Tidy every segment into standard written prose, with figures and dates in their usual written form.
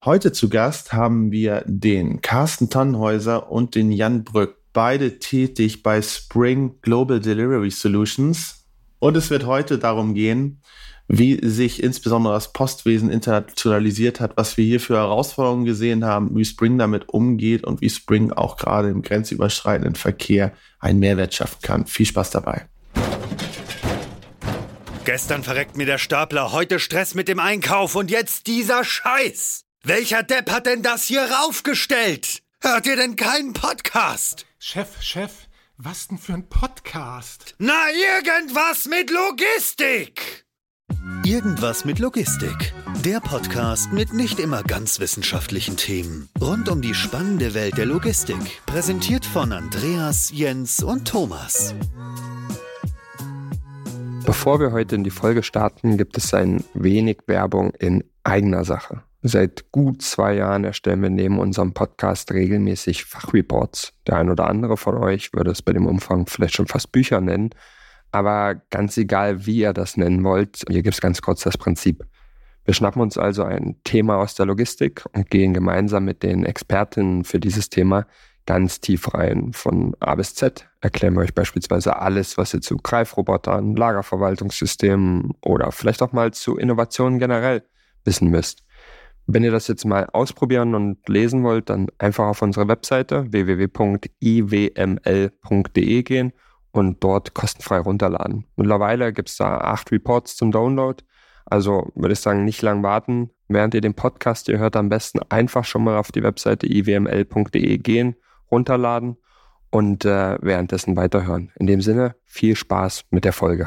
Heute zu Gast haben wir den Carsten Tannhäuser und den Jan Brück, beide tätig bei Spring Global Delivery Solutions. Und es wird heute darum gehen, wie sich insbesondere das Postwesen internationalisiert hat, was wir hier für Herausforderungen gesehen haben, wie Spring damit umgeht und wie Spring auch gerade im grenzüberschreitenden Verkehr einen Mehrwert schaffen kann. Viel Spaß dabei. Gestern verreckt mir der Stapler, heute Stress mit dem Einkauf und jetzt dieser Scheiß. Welcher Depp hat denn das hier raufgestellt? Hört ihr denn keinen Podcast? Chef, was denn für ein Podcast? Na, irgendwas mit Logistik! Irgendwas mit Logistik. Der Podcast mit nicht immer ganz wissenschaftlichen Themen. Rund um die spannende Welt der Logistik. Präsentiert von Andreas, Jens und Thomas. Bevor wir heute in die Folge starten, gibt es ein wenig Werbung in eigener Sache. Seit gut 2 Jahren erstellen wir neben unserem Podcast regelmäßig Fachreports. Der ein oder andere von euch würde es bei dem Umfang vielleicht schon fast Bücher nennen. Aber ganz egal, wie ihr das nennen wollt, hier gibt es ganz kurz das Prinzip. Wir schnappen uns also ein Thema aus der Logistik und gehen gemeinsam mit den Expertinnen für dieses Thema ganz tief rein. Von A bis Z erklären wir euch beispielsweise alles, was ihr zu Greifrobotern, Lagerverwaltungssystemen oder vielleicht auch mal zu Innovationen generell wissen müsst. Wenn ihr das jetzt mal ausprobieren und lesen wollt, dann einfach auf unsere Webseite www.iwml.de gehen und dort kostenfrei runterladen. Mittlerweile gibt es da 8 Reports zum Download. Also würde ich sagen, nicht lang warten. Während ihr den Podcast hier hört, am besten einfach schon mal auf die Webseite iwml.de gehen, runterladen und währenddessen weiterhören. In dem Sinne, viel Spaß mit der Folge.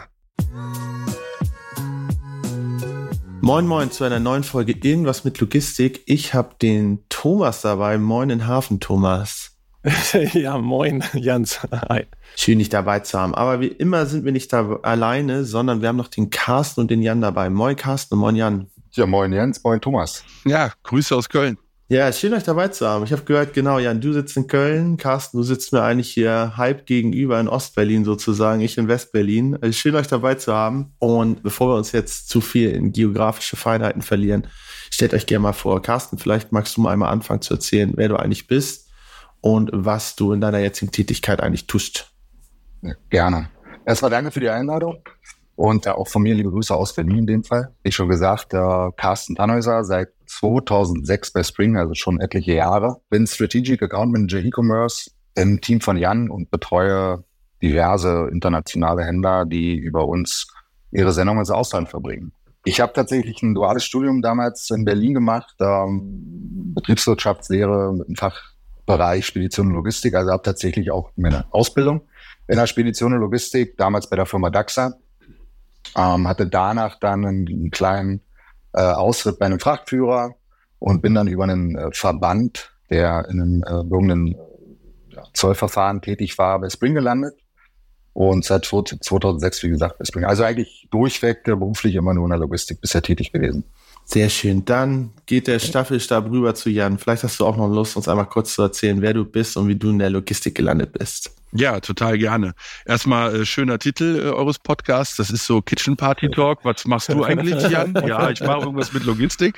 Moin zu einer neuen Folge Irgendwas mit Logistik. Ich habe den Thomas dabei. Moin in Hafen, Thomas. Ja, moin, Jens. Hi. Schön, dich dabei zu haben. Aber wie immer sind wir nicht da alleine, sondern wir haben noch den Carsten und den Jan dabei. Moin Carsten und moin Jan. Ja, moin Jens, moin Thomas. Ja, Grüße aus Köln. Ja, schön euch dabei zu haben. Ich habe gehört, genau, Jan, du sitzt in Köln, Carsten, du sitzt mir eigentlich hier halb gegenüber in Ostberlin sozusagen, ich in Westberlin. Also schön euch dabei zu haben. Und bevor wir uns jetzt zu viel in geografische Feinheiten verlieren, stellt euch gerne mal vor. Carsten, vielleicht magst du mal einmal anfangen zu erzählen, wer du eigentlich bist und was du in deiner jetzigen Tätigkeit eigentlich tust. Ja, gerne. Erstmal danke für die Einladung und auch von mir liebe Grüße aus Berlin in dem Fall. Wie schon gesagt, Carsten Tannhäuser, seit 2006 bei Spring, also schon etliche Jahre. Bin Strategic Account Manager E-Commerce im Team von Jan und betreue diverse internationale Händler, die über uns ihre Sendung ins Ausland verbringen. Ich habe tatsächlich ein duales Studium damals in Berlin gemacht, Betriebswirtschaftslehre mit dem Fachbereich Spedition und Logistik, also habe tatsächlich auch meine Ausbildung in der Spedition und Logistik, damals bei der Firma Daxa. Hatte danach dann einen kleinen Ausritt bei einem Frachtführer und bin dann über einen Verband, der in einem irgendeinem Zollverfahren tätig war, bei Spring gelandet und seit 2006, wie gesagt, bei Spring. Also eigentlich durchweg beruflich immer nur in der Logistik bisher tätig gewesen. Sehr schön. Dann geht der Staffelstab rüber zu Jan. Vielleicht hast du auch noch Lust, uns einmal kurz zu erzählen, wer du bist und wie du in der Logistik gelandet bist. Ja, total gerne. Erstmal schöner Titel eures Podcasts. Das ist so Kitchen Party Talk. Was machst du eigentlich, Jan? Ja, ich mache irgendwas mit Logistik.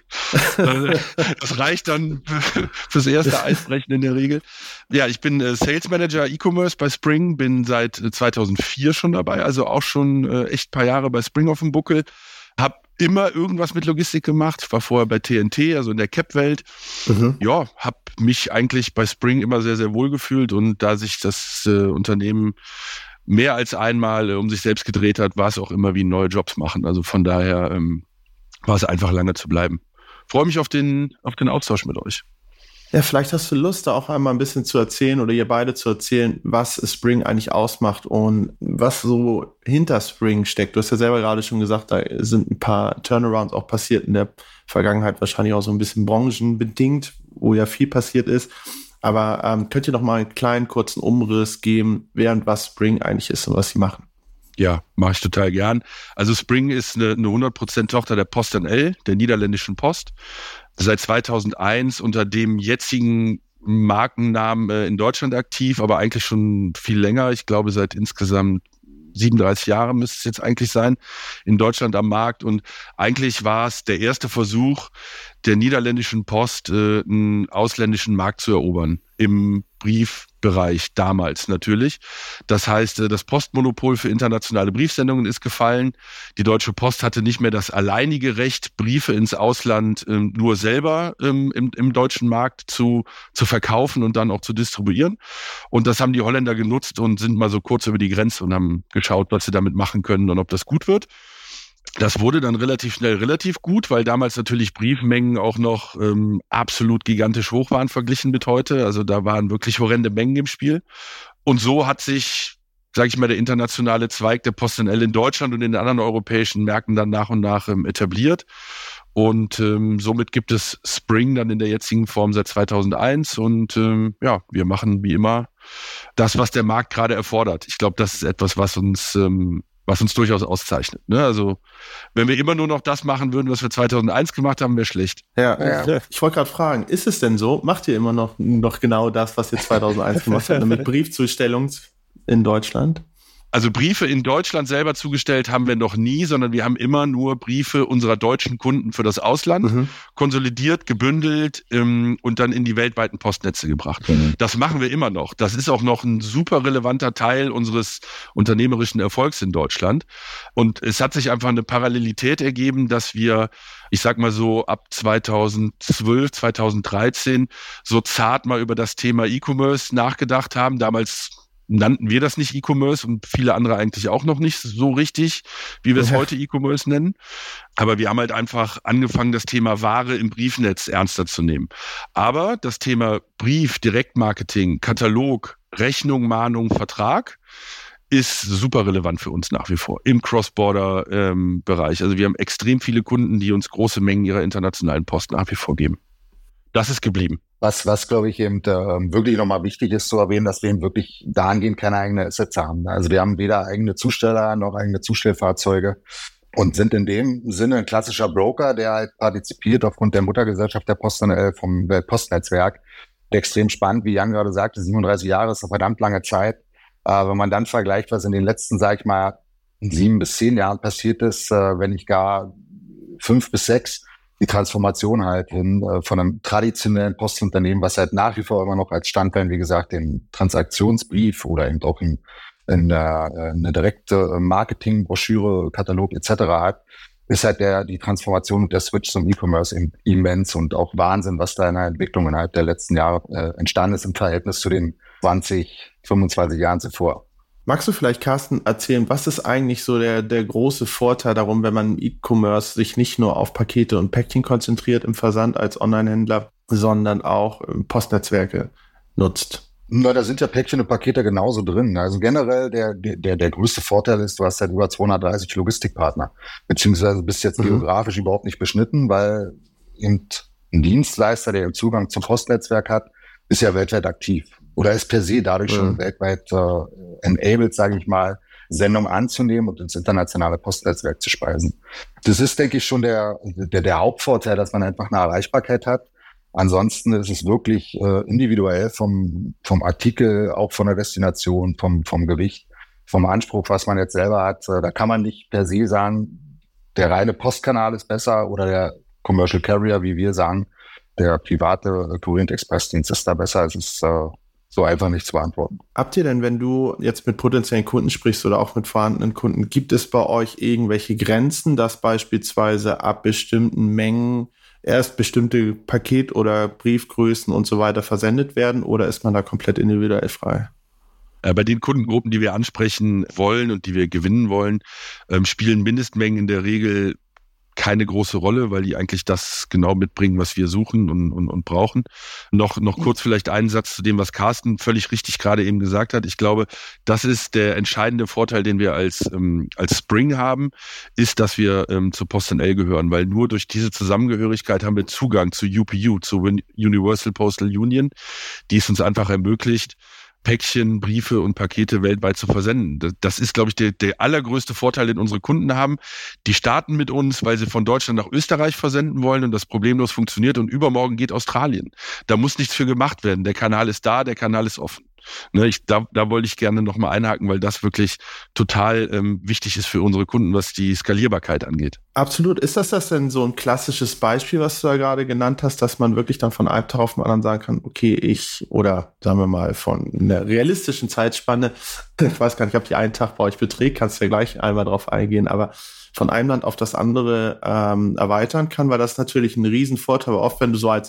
Das reicht dann fürs erste Eisbrechen in der Regel. Ja, ich bin Sales Manager E-Commerce bei Spring, bin seit 2004 schon dabei, also auch schon echt ein paar Jahre bei Spring auf dem Buckel. Hab immer irgendwas mit Logistik gemacht, war vorher bei TNT, also in der Cap-Welt. Ja, habe mich eigentlich bei Spring immer sehr, sehr wohl gefühlt und da sich das Unternehmen mehr als einmal um sich selbst gedreht hat, war es auch immer wie neue Jobs machen. Also von daher war es einfach lange zu bleiben. Freue mich auf den Austausch mit euch. Ja, vielleicht hast du Lust, da auch einmal ein bisschen zu erzählen oder ihr beide zu erzählen, was Spring eigentlich ausmacht und was so hinter Spring steckt. Du hast ja selber gerade schon gesagt, da sind ein paar Turnarounds auch passiert in der Vergangenheit, wahrscheinlich auch so ein bisschen branchenbedingt, wo ja viel passiert ist. Aber könnt ihr noch mal einen kleinen, kurzen Umriss geben, wer und was Spring eigentlich ist und was sie machen? Ja, mache ich total gern. Also Spring ist eine 100% Tochter der PostNL, der niederländischen Post. Seit 2001 unter dem jetzigen Markennamen in Deutschland aktiv, aber eigentlich schon viel länger. Ich glaube, seit insgesamt 37 Jahren müsste es jetzt eigentlich sein, in Deutschland am Markt. Und eigentlich war es der erste Versuch, der niederländischen Post einen ausländischen Markt zu erobern, im Briefbereich damals natürlich. Das heißt, das Postmonopol für internationale Briefsendungen ist gefallen. Die Deutsche Post hatte nicht mehr das alleinige Recht, Briefe ins Ausland nur selber im deutschen Markt zu verkaufen und dann auch zu distribuieren. Und das haben die Holländer genutzt und sind mal so kurz über die Grenze und haben geschaut, was sie damit machen können und ob das gut wird. Das wurde dann relativ schnell relativ gut, weil damals natürlich Briefmengen auch noch absolut gigantisch hoch waren verglichen mit heute. Also da waren wirklich horrende Mengen im Spiel. Und so hat sich, sage ich mal, der internationale Zweig der PostNL in Deutschland und in den anderen europäischen Märkten dann nach und nach etabliert. Und somit gibt es Spring dann in der jetzigen Form seit 2001. Und wir machen wie immer das, was der Markt gerade erfordert. Ich glaube, das ist etwas, was uns durchaus auszeichnet. Ne? Also wenn wir immer nur noch das machen würden, was wir 2001 gemacht haben, wäre schlecht. Ja. Ich wollte gerade fragen, ist es denn so? Macht ihr immer noch genau das, was ihr 2001 gemacht habt, mit Briefzustellung in Deutschland? Also Briefe in Deutschland selber zugestellt haben wir noch nie, sondern wir haben immer nur Briefe unserer deutschen Kunden für das Ausland konsolidiert, gebündelt und dann in die weltweiten Postnetze gebracht. Das machen wir immer noch. Das ist auch noch ein super relevanter Teil unseres unternehmerischen Erfolgs in Deutschland. Und es hat sich einfach eine Parallelität ergeben, dass wir, ich sag mal so ab 2012, 2013 so zart mal über das Thema E-Commerce nachgedacht haben. Damals nannten wir das nicht E-Commerce und viele andere eigentlich auch noch nicht so richtig, wie wir es heute E-Commerce nennen. Aber wir haben halt einfach angefangen, das Thema Ware im Briefnetz ernster zu nehmen. Aber das Thema Brief, Direktmarketing, Katalog, Rechnung, Mahnung, Vertrag ist super relevant für uns nach wie vor im Cross-Border-Bereich. Also wir haben extrem viele Kunden, die uns große Mengen ihrer internationalen Post nach wie vor geben. Das ist geblieben. Was glaube ich eben wirklich nochmal wichtig ist zu erwähnen, dass wir eben wirklich dahingehend keine eigenen Assets haben. Also wir haben weder eigene Zusteller noch eigene Zustellfahrzeuge und sind in dem Sinne ein klassischer Broker, der halt partizipiert aufgrund der Muttergesellschaft der PostNL vom Weltpostnetzwerk. Extrem spannend, wie Jan gerade sagte, 37 Jahre ist eine verdammt lange Zeit. Wenn man dann vergleicht, was in den letzten, 7 bis 10 Jahren passiert ist, wenn nicht gar 5 bis 6, die Transformation halt hin von einem traditionellen Postunternehmen, was halt nach wie vor immer noch als Standbein, wie gesagt, den Transaktionsbrief oder eben auch eine direkte Marketingbroschüre, Katalog etc. hat, ist halt die Transformation und der Switch zum E-Commerce immens und auch Wahnsinn, was da in der Entwicklung innerhalb der letzten Jahre entstanden ist im Verhältnis zu den 20, 25 Jahren zuvor. Magst du vielleicht, Carsten, erzählen, was ist eigentlich so der große Vorteil darum, wenn man E-Commerce sich nicht nur auf Pakete und Päckchen konzentriert im Versand als Online-Händler, sondern auch Postnetzwerke nutzt? Na, da sind ja Päckchen und Pakete genauso drin. Also generell der größte Vorteil ist, du hast halt über 230 Logistikpartner, beziehungsweise bist jetzt geografisch überhaupt nicht beschnitten, weil eben ein Dienstleister, der den Zugang zum Postnetzwerk hat, ist ja weltweit aktiv. Oder ist per se dadurch schon weltweit enabled, sage ich mal, Sendung anzunehmen und ins internationale Postnetzwerk zu speisen. Das ist, denke ich, schon der Hauptvorteil, dass man einfach eine Erreichbarkeit hat. Ansonsten ist es wirklich individuell vom Artikel, auch von der Destination, vom Gewicht, vom Anspruch, was man jetzt selber hat. Da kann man nicht per se sagen, der reine Postkanal ist besser oder der Commercial Carrier, wie wir sagen, der private Courier-Express-Dienst ist da besser. Es ist so einfach nicht zu beantworten. Habt ihr denn, wenn du jetzt mit potenziellen Kunden sprichst oder auch mit vorhandenen Kunden, gibt es bei euch irgendwelche Grenzen, dass beispielsweise ab bestimmten Mengen erst bestimmte Paket- oder Briefgrößen und so weiter versendet werden, oder ist man da komplett individuell frei? Bei den Kundengruppen, die wir ansprechen wollen und die wir gewinnen wollen, spielen Mindestmengen in der Regel keine große Rolle, weil die eigentlich das genau mitbringen, was wir suchen und brauchen. Noch kurz vielleicht einen Satz zu dem, was Carsten völlig richtig gerade eben gesagt hat. Ich glaube, das ist der entscheidende Vorteil, den wir als Spring haben, ist, dass wir zur PostNL gehören, weil nur durch diese Zusammengehörigkeit haben wir Zugang zu UPU, zu Universal Postal Union, die es uns einfach ermöglicht, Päckchen, Briefe und Pakete weltweit zu versenden. Das ist, glaube ich, der allergrößte Vorteil, den unsere Kunden haben. Die starten mit uns, weil sie von Deutschland nach Österreich versenden wollen und das problemlos funktioniert und übermorgen geht Australien. Da muss nichts für gemacht werden. Der Kanal ist da, der Kanal ist offen. Ne, da wollte ich gerne nochmal einhaken, weil das wirklich total wichtig ist für unsere Kunden, was die Skalierbarkeit angeht. Absolut. Ist das denn so ein klassisches Beispiel, was du da gerade genannt hast, dass man wirklich dann von einem Tag auf den anderen sagen kann, okay, oder sagen wir mal von einer realistischen Zeitspanne, ich weiß gar nicht, ob die einen Tag bei euch beträgt, kannst du ja gleich einmal drauf eingehen, aber von einem Land auf das andere erweitern kann, weil das natürlich ein Riesenvorteil, aber oft, wenn du so als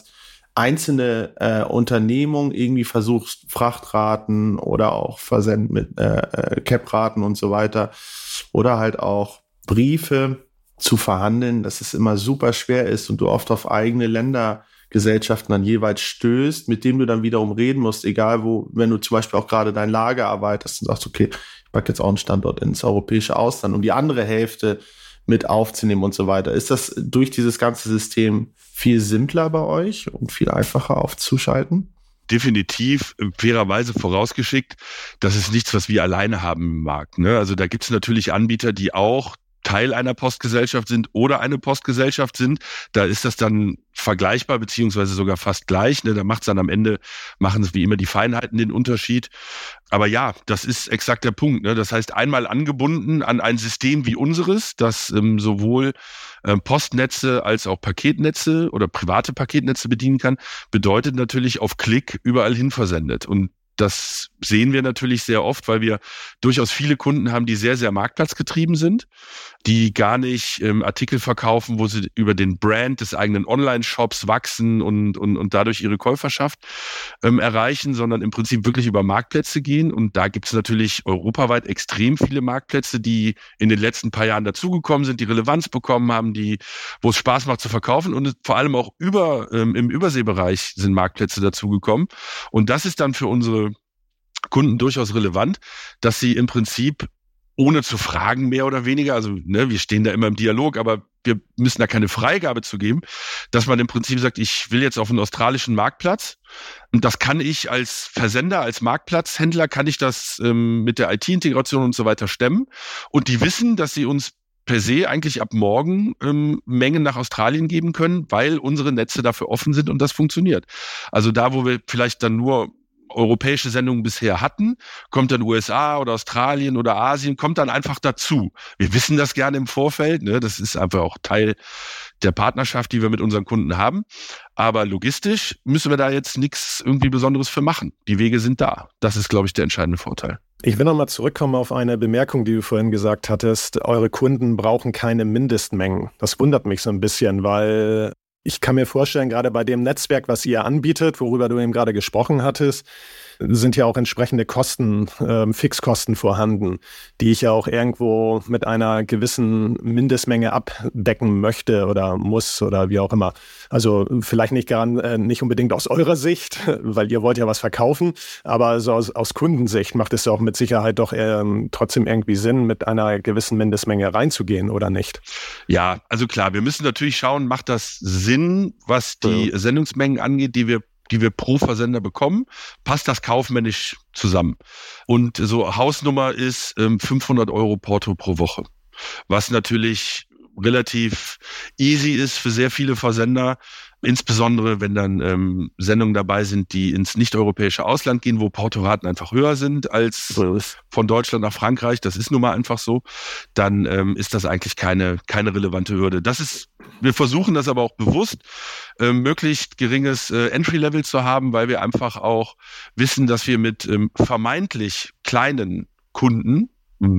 einzelne Unternehmung irgendwie versuchst, Frachtraten oder auch Versend mit Cap-Raten und so weiter oder halt auch Briefe zu verhandeln, dass es immer super schwer ist und du oft auf eigene Ländergesellschaften dann jeweils stößt, mit denen du dann wiederum reden musst, egal wo, wenn du zum Beispiel auch gerade dein Lager erweiterst und sagst, okay, ich packe jetzt auch einen Standort ins europäische Ausland, um die andere Hälfte mit aufzunehmen und so weiter. Ist das durch dieses ganze System viel simpler bei euch und viel einfacher aufzuschalten? Definitiv, fairerweise vorausgeschickt, das ist nichts, was wir alleine haben im Markt. Ne? Also da gibt es natürlich Anbieter, die auch Teil einer Postgesellschaft sind oder eine Postgesellschaft sind. Da ist das dann vergleichbar beziehungsweise sogar fast gleich. Ne? Da macht es dann am Ende, machen es wie immer die Feinheiten den Unterschied. Aber ja, das ist exakt der Punkt. Ne? Das heißt, einmal angebunden an ein System wie unseres, das sowohl Postnetze als auch Paketnetze oder private Paketnetze bedienen kann, bedeutet natürlich auf Klick überall hin versendet. Und das sehen wir natürlich sehr oft, weil wir durchaus viele Kunden haben, die sehr, sehr marktplatzgetrieben sind, die gar nicht Artikel verkaufen, wo sie über den Brand des eigenen Online-Shops wachsen und dadurch ihre Käuferschaft erreichen, sondern im Prinzip wirklich über Marktplätze gehen. Und da gibt es natürlich europaweit extrem viele Marktplätze, die in den letzten paar Jahren dazugekommen sind, die Relevanz bekommen haben, wo es Spaß macht zu verkaufen. Und vor allem auch im Überseebereich sind Marktplätze dazugekommen. Und das ist dann für unsere Kunden durchaus relevant, dass sie im Prinzip ohne zu fragen, mehr oder weniger, also wir stehen da immer im Dialog, aber wir müssen da keine Freigabe zu geben, dass man im Prinzip sagt, ich will jetzt auf einen australischen Marktplatz und das kann ich als Versender, als Marktplatzhändler, kann ich das mit der IT-Integration und so weiter stemmen und die wissen, dass sie uns per se eigentlich ab morgen Mengen nach Australien geben können, weil unsere Netze dafür offen sind und das funktioniert. Also da, wo wir vielleicht dann nur europäische Sendungen bisher hatten, kommt dann USA oder Australien oder Asien, kommt dann einfach dazu. Wir wissen das gerne im Vorfeld, ne? Das ist einfach auch Teil der Partnerschaft, die wir mit unseren Kunden haben. Aber logistisch müssen wir da jetzt nichts irgendwie Besonderes für machen. Die Wege sind da. Das ist, glaube ich, der entscheidende Vorteil. Ich will nochmal zurückkommen auf eine Bemerkung, die du vorhin gesagt hattest. Eure Kunden brauchen keine Mindestmengen. Das wundert mich so ein bisschen, weil ich kann mir vorstellen, gerade bei dem Netzwerk, was ihr anbietet, worüber du eben gerade gesprochen hattest, sind ja auch entsprechende Kosten, Fixkosten vorhanden, die ich ja auch irgendwo mit einer gewissen Mindestmenge abdecken möchte oder muss oder wie auch immer. Also vielleicht nicht unbedingt aus eurer Sicht, weil ihr wollt ja was verkaufen, aber so aus Kundensicht macht es auch mit Sicherheit doch trotzdem irgendwie Sinn, mit einer gewissen Mindestmenge reinzugehen, oder nicht? Ja, also klar, wir müssen natürlich schauen, macht das Sinn, was die Sendungsmengen angeht, die wir pro Versender bekommen, passt das kaufmännisch zusammen. Und so Hausnummer ist 500 € Porto pro Woche, was natürlich relativ easy ist für sehr viele Versender, insbesondere wenn dann Sendungen dabei sind, die ins nicht-europäische Ausland gehen, wo Portoraten einfach höher sind als von Deutschland nach Frankreich. Das ist nun mal einfach so. Dann ist das eigentlich keine relevante Hürde. Wir versuchen das aber auch bewusst, möglichst geringes Entry-Level zu haben, weil wir einfach auch wissen, dass wir mit vermeintlich kleinen Kunden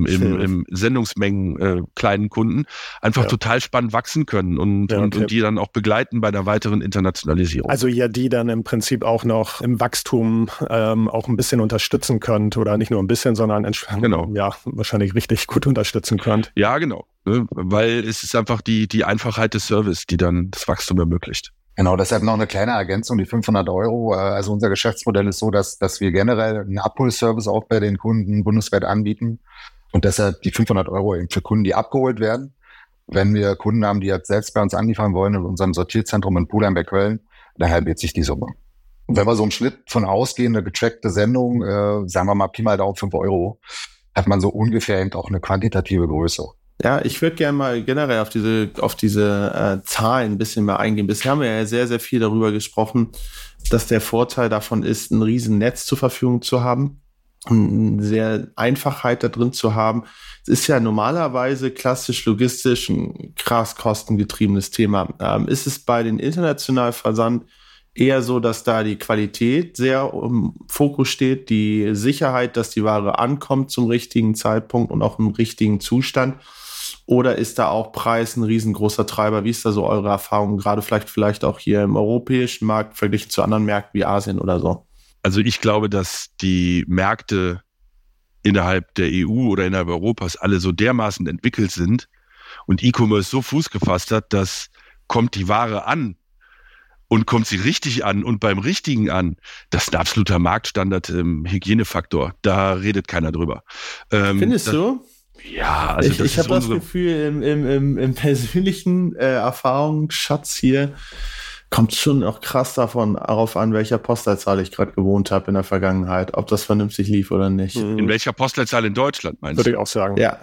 im Sendungsmengen kleinen Kunden einfach total spannend wachsen können und die dann auch begleiten bei der weiteren Internationalisierung. Also ihr die dann im Prinzip auch noch im Wachstum auch ein bisschen unterstützen könnt oder nicht nur ein bisschen, sondern wahrscheinlich richtig gut unterstützen könnt. Ja, genau. Weil es ist einfach die Einfachheit des Service, die dann das Wachstum ermöglicht. Genau, deshalb noch eine kleine Ergänzung, die 500 €. Also unser Geschäftsmodell ist so, dass wir generell einen Abholservice auch bei den Kunden bundesweit anbieten und deshalb die 500 € eben für Kunden, die abgeholt werden. Wenn wir Kunden haben, die jetzt selbst bei uns anliefern wollen in unserem Sortierzentrum in Pulheim bei Köln, dann halbiert sich die Summe. Und wenn wir so im Schnitt von ausgehen, eine getrackte Sendung, sagen wir mal Pi mal Daumen 5 €, hat man so ungefähr eben auch eine quantitative Größe. Ja, ich würde gerne mal generell auf diese Zahlen ein bisschen mehr eingehen. Bisher haben wir ja sehr, sehr viel darüber gesprochen, dass der Vorteil davon ist, ein riesen Netz zur Verfügung zu haben, eine sehr Einfachheit da drin zu haben. Es ist ja normalerweise klassisch logistisch ein krass kostengetriebenes Thema. Ist es bei den internationalen Versand eher so, dass da die Qualität sehr im Fokus steht, die Sicherheit, dass die Ware ankommt zum richtigen Zeitpunkt und auch im richtigen Zustand? Oder ist da auch Preis ein riesengroßer Treiber? Wie ist da so eure Erfahrung, gerade vielleicht auch hier im europäischen Markt verglichen zu anderen Märkten wie Asien oder so? Also ich glaube, dass die Märkte innerhalb der EU oder innerhalb Europas alle so dermaßen entwickelt sind und E-Commerce so Fuß gefasst hat, dass kommt die Ware an und kommt sie richtig an und beim Richtigen an, das ist ein absoluter Marktstandard, Hygienefaktor. Da redet keiner drüber. Findest du? Ja, also ich habe das Gefühl, im persönlichen Erfahrungsschatz hier kommt schon auch krass darauf an, welcher Postleitzahl ich gerade gewohnt habe in der Vergangenheit, ob das vernünftig lief oder nicht. In welcher Postleitzahl in Deutschland meinst du? Würde ich auch sagen. Ja.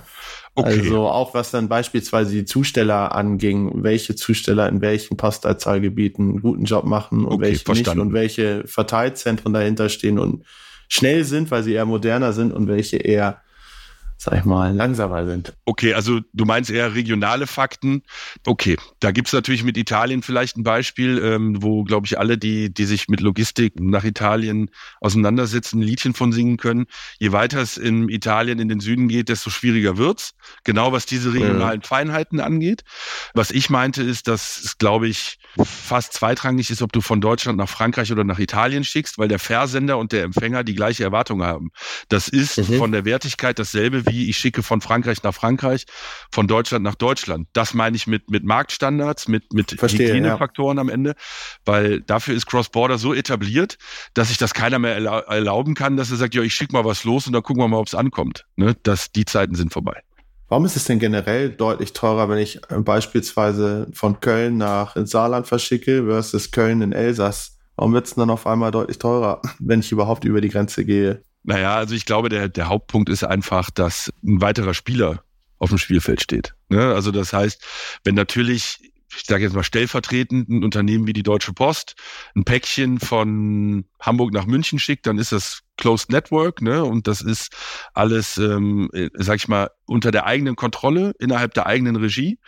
Okay. Also auch was dann beispielsweise die Zusteller anging, welche Zusteller in welchen Postleitzahlgebieten einen guten Job machen und welche verstanden. nicht und welche Verteilzentren dahinter stehen und schnell sind, weil sie eher moderner sind und welche eher, sag ich mal, langsamer sind. Okay, also du meinst eher regionale Fakten. Okay, da gibt's natürlich mit Italien vielleicht ein Beispiel, wo, glaube ich, alle, die sich mit Logistik nach Italien auseinandersetzen, ein Liedchen von singen können. Je weiter es in Italien in den Süden geht, desto schwieriger wird's. Genau was diese regionalen Feinheiten angeht. Was ich meinte ist, dass es, glaube ich, fast zweitrangig ist, ob du von Deutschland nach Frankreich oder nach Italien schickst, weil der Versender und der Empfänger die gleiche Erwartung haben. Das ist von der Wertigkeit dasselbe wie ich schicke von Frankreich nach Frankreich, von Deutschland nach Deutschland. Das meine ich mit Marktstandards, mit Hygienefaktoren am Ende, weil dafür ist Cross-Border so etabliert, dass sich das keiner mehr erlauben kann, dass er sagt, ja, ich schicke mal was los und dann gucken wir mal, ob es ankommt. Ne? Die Zeiten sind vorbei. Warum ist es denn generell deutlich teurer, wenn ich beispielsweise von Köln ins Saarland verschicke versus Köln in Elsass? Warum wird es dann auf einmal deutlich teurer, wenn ich überhaupt über die Grenze gehe? Naja, also ich glaube, der Hauptpunkt ist einfach, dass ein weiterer Spieler auf dem Spielfeld steht. Ne? Also das heißt, wenn natürlich, ich sage jetzt mal stellvertretend, ein Unternehmen wie die Deutsche Post ein Päckchen von Hamburg nach München schickt, dann ist das Closed Network, ne? Und das ist alles, sag ich mal, unter der eigenen Kontrolle, innerhalb der eigenen Regie.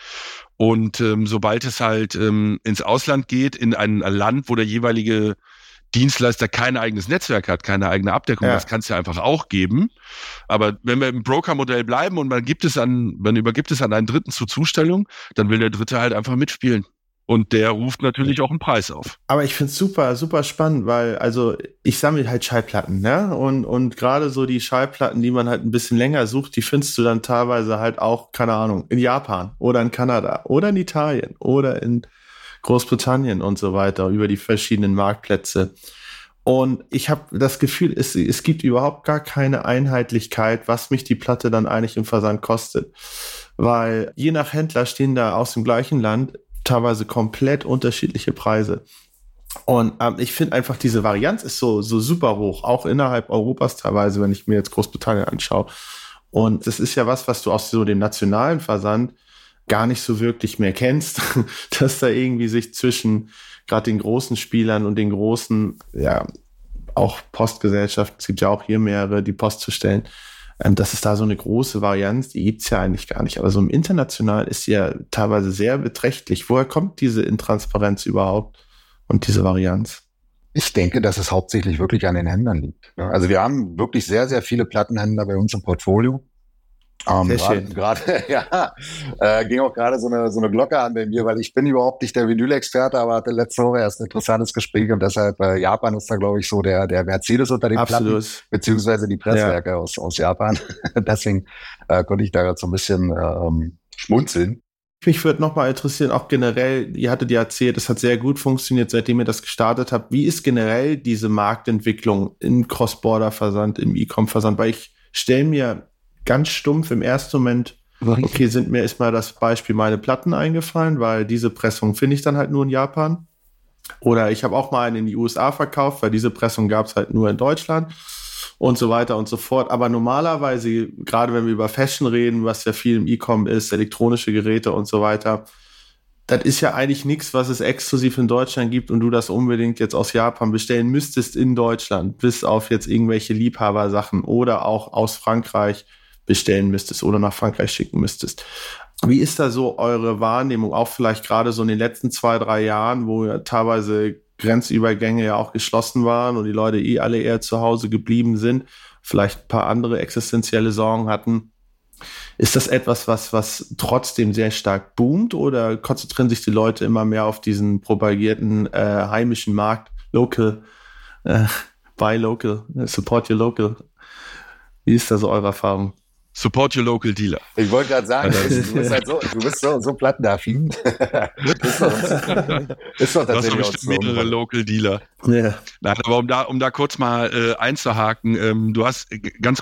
Und sobald es halt ins Ausland geht, in ein Land, wo der jeweilige Dienstleister kein eigenes Netzwerk hat, keine eigene Abdeckung, das kann es ja einfach auch geben. Aber wenn wir im Broker-Modell bleiben und man übergibt es an einen Dritten zur Zustellung, dann will der Dritte halt einfach mitspielen. Und der ruft natürlich auch einen Preis auf. Aber ich finde es super, super spannend, weil, also ich sammle halt Schallplatten, ne? Und gerade so die Schallplatten, die man halt ein bisschen länger sucht, die findest du dann teilweise halt auch, keine Ahnung, in Japan oder in Kanada oder in Italien oder in Großbritannien und so weiter, über die verschiedenen Marktplätze. Und ich habe das Gefühl, es gibt überhaupt gar keine Einheitlichkeit, was mich die Platte dann eigentlich im Versand kostet. Weil je nach Händler stehen da aus dem gleichen Land teilweise komplett unterschiedliche Preise. Und ich finde einfach, diese Varianz ist so super hoch, auch innerhalb Europas teilweise, wenn ich mir jetzt Großbritannien anschaue. Und das ist ja was du aus so dem nationalen Versand gar nicht so wirklich mehr kennst, dass da irgendwie sich zwischen gerade den großen Spielern und den großen, ja, auch Postgesellschaften, es gibt ja auch hier mehrere, die Post zu stellen, dass es da so eine große Varianz, die gibt's ja eigentlich gar nicht. Aber so im Internationalen ist sie ja teilweise sehr beträchtlich. Woher kommt diese Intransparenz überhaupt und diese Varianz? Ich denke, dass es hauptsächlich wirklich an den Händlern liegt. Also wir haben wirklich sehr, sehr viele Plattenhändler bei uns im Portfolio. Gerade ging auch gerade so eine Glocke an bei mir, weil ich bin überhaupt nicht der Vinyl-Experte, aber hatte letzte Woche erst ein interessantes Gespräch und deshalb Japan ist da, glaube ich, so der Mercedes unter den Platten, beziehungsweise die Presswerke aus Japan. Deswegen konnte ich da gerade so ein bisschen schmunzeln. Mich würde nochmal interessieren, auch generell, ihr hattet ja erzählt, es hat sehr gut funktioniert, seitdem ihr das gestartet habt. Wie ist generell diese Marktentwicklung im Cross-Border-Versand, im E-Com-Versand? Weil ich stelle mir ganz stumpf im ersten Moment, okay, ist mal das Beispiel meine Platten eingefallen, weil diese Pressung finde ich dann halt nur in Japan. Oder ich habe auch mal einen in die USA verkauft, weil diese Pressung gab es halt nur in Deutschland. und so weiter und so fort. Aber normalerweise, gerade wenn wir über Fashion reden, was ja viel im E-Com ist, elektronische Geräte und so weiter, das ist ja eigentlich nichts, was es exklusiv in Deutschland gibt und du das unbedingt jetzt aus Japan bestellen müsstest in Deutschland, bis auf jetzt irgendwelche Liebhabersachen oder auch aus Frankreich bestellen müsstest oder nach Frankreich schicken müsstest. Wie ist da so eure Wahrnehmung, auch vielleicht gerade so in den letzten 2-3 Jahren, wo ja teilweise Grenzübergänge ja auch geschlossen waren und die Leute alle eher zu Hause geblieben sind, vielleicht ein paar andere existenzielle Sorgen hatten? Ist das etwas, was trotzdem sehr stark boomt oder konzentrieren sich die Leute immer mehr auf diesen propagierten heimischen Markt, local, buy local, support your local? Wie ist da so eure Erfahrung? Support your local dealer. Ich wollte gerade sagen, du bist so plattenaffin. ist doch tatsächlich auch so. Mehrere Local Dealer. Ja. Nein, aber um da kurz mal einzuhaken, du hast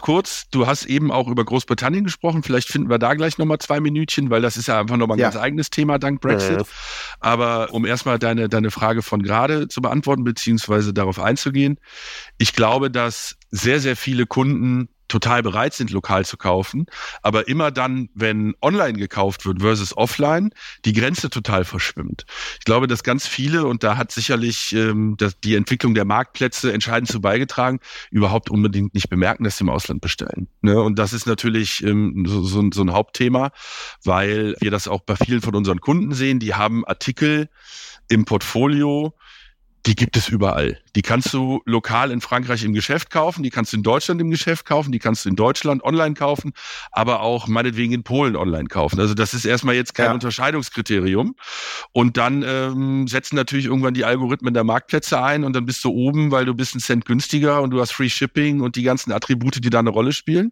eben auch über Großbritannien gesprochen. Vielleicht finden wir da gleich nochmal 2 Minütchen, weil das ist ja einfach nochmal ein ganz eigenes Thema dank Brexit. Aber um erstmal deine Frage von gerade zu beantworten, beziehungsweise darauf einzugehen. Ich glaube, dass sehr, sehr viele Kunden total bereit sind, lokal zu kaufen, aber immer dann, wenn online gekauft wird versus offline, die Grenze total verschwimmt. Ich glaube, dass ganz viele, und da hat sicherlich die Entwicklung der Marktplätze entscheidend zu beigetragen, überhaupt unbedingt nicht bemerken, dass sie im Ausland bestellen. Ne? Und das ist natürlich so ein Hauptthema, weil wir das auch bei vielen von unseren Kunden sehen, die haben Artikel im Portfolio, die gibt es überall. Die kannst du lokal in Frankreich im Geschäft kaufen, die kannst du in Deutschland im Geschäft kaufen, die kannst du in Deutschland online kaufen, aber auch meinetwegen in Polen online kaufen. Also das ist erstmal jetzt kein Unterscheidungskriterium. Und dann setzen natürlich irgendwann die Algorithmen der Marktplätze ein und dann bist du oben, weil du bist einen Cent günstiger und du hast Free Shipping und die ganzen Attribute, die da eine Rolle spielen.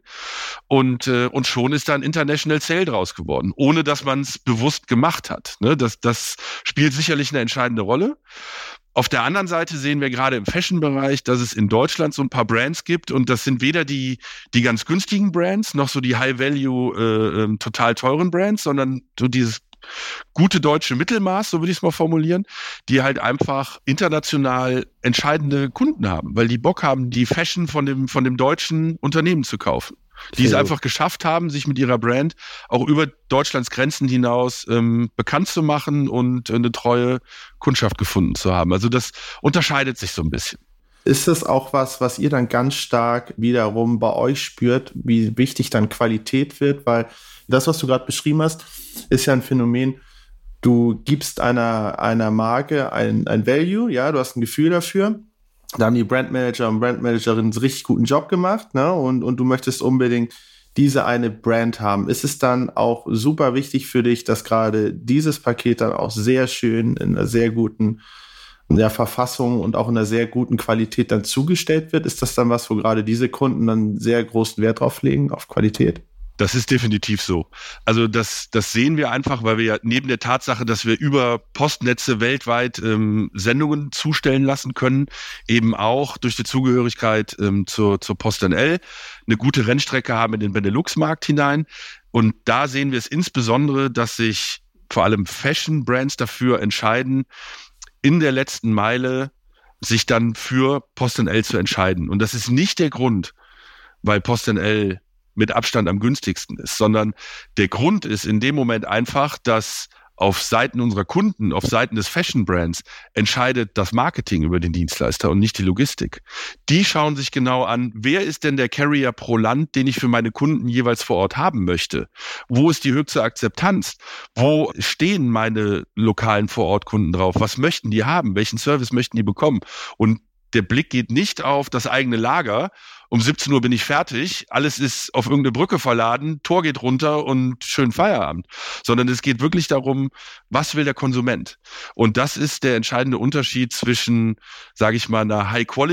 Und schon ist da ein International Sale draus geworden, ohne dass man es bewusst gemacht hat. Ne? Das spielt sicherlich eine entscheidende Rolle. Auf der anderen Seite sehen wir gerade im Fashion-Bereich, dass es in Deutschland so ein paar Brands gibt und das sind weder die ganz günstigen Brands noch so die High-Value, total teuren Brands, sondern so dieses gute deutsche Mittelmaß, so würde ich es mal formulieren, die halt einfach international entscheidende Kunden haben, weil die Bock haben, die Fashion von dem deutschen Unternehmen zu kaufen. Die es einfach geschafft haben, sich mit ihrer Brand auch über Deutschlands Grenzen hinaus bekannt zu machen und eine treue Kundschaft gefunden zu haben. Also das unterscheidet sich so ein bisschen. Ist das auch was ihr dann ganz stark wiederum bei euch spürt, wie wichtig dann Qualität wird? Weil das, was du gerade beschrieben hast, ist ja ein Phänomen, du gibst einer Marke ein Value, ja, du hast ein Gefühl dafür. Da haben die Brandmanager und Brandmanagerinnen einen richtig guten Job gemacht, ne? Und du möchtest unbedingt diese eine Brand haben. Ist es dann auch super wichtig für dich, dass gerade dieses Paket dann auch sehr schön in einer sehr guten Verfassung und auch in einer sehr guten Qualität dann zugestellt wird? Ist das dann was, wo gerade diese Kunden dann sehr großen Wert drauf legen, auf Qualität? Das ist definitiv so. Also das sehen wir einfach, weil wir ja neben der Tatsache, dass wir über Postnetze weltweit Sendungen zustellen lassen können, eben auch durch die Zugehörigkeit zur PostNL eine gute Rennstrecke haben in den Benelux-Markt hinein. Und da sehen wir es insbesondere, dass sich vor allem Fashion-Brands dafür entscheiden, in der letzten Meile sich dann für PostNL zu entscheiden. Und das ist nicht der Grund, weil PostNL mit Abstand am günstigsten ist, sondern der Grund ist in dem Moment einfach, dass auf Seiten unserer Kunden, auf Seiten des Fashion-Brands entscheidet das Marketing über den Dienstleister und nicht die Logistik. Die schauen sich genau an, wer ist denn der Carrier pro Land, den ich für meine Kunden jeweils vor Ort haben möchte? Wo ist die höchste Akzeptanz? Wo stehen meine lokalen Vorortkunden drauf? Was möchten die haben? Welchen Service möchten die bekommen? Und der Blick geht nicht auf das eigene Lager. Um 17 Uhr bin ich fertig, alles ist auf irgendeine Brücke verladen, Tor geht runter und schön Feierabend. Sondern es geht wirklich darum, was will der Konsument? Und das ist der entscheidende Unterschied zwischen, sage ich mal, einer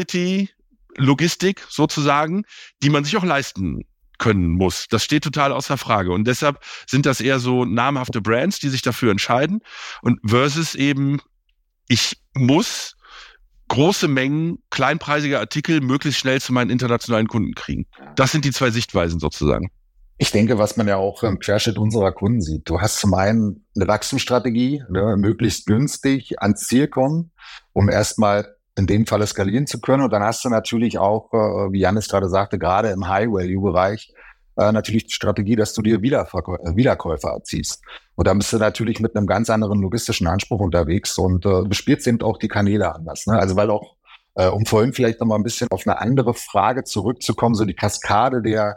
High-Quality-Logistik sozusagen, die man sich auch leisten können muss. Das steht total außer Frage. Und deshalb sind das eher so namhafte Brands, die sich dafür entscheiden. Und versus eben, ich muss große Mengen kleinpreisiger Artikel möglichst schnell zu meinen internationalen Kunden kriegen. Das sind die zwei Sichtweisen sozusagen. Ich denke, was man ja auch im Querschnitt unserer Kunden sieht. Du hast zum einen eine Wachstumsstrategie, ne, möglichst günstig ans Ziel kommen, um erstmal in dem Falle skalieren zu können. Und dann hast du natürlich auch, wie Jannis gerade sagte, gerade im High-Value-Bereich natürlich die Strategie, dass du dir Wiederkäufer erziehst. Und da bist du natürlich mit einem ganz anderen logistischen Anspruch unterwegs und bespielst eben auch die Kanäle anders. Ne? Also weil auch, um vorhin vielleicht noch mal ein bisschen auf eine andere Frage zurückzukommen, so die Kaskade der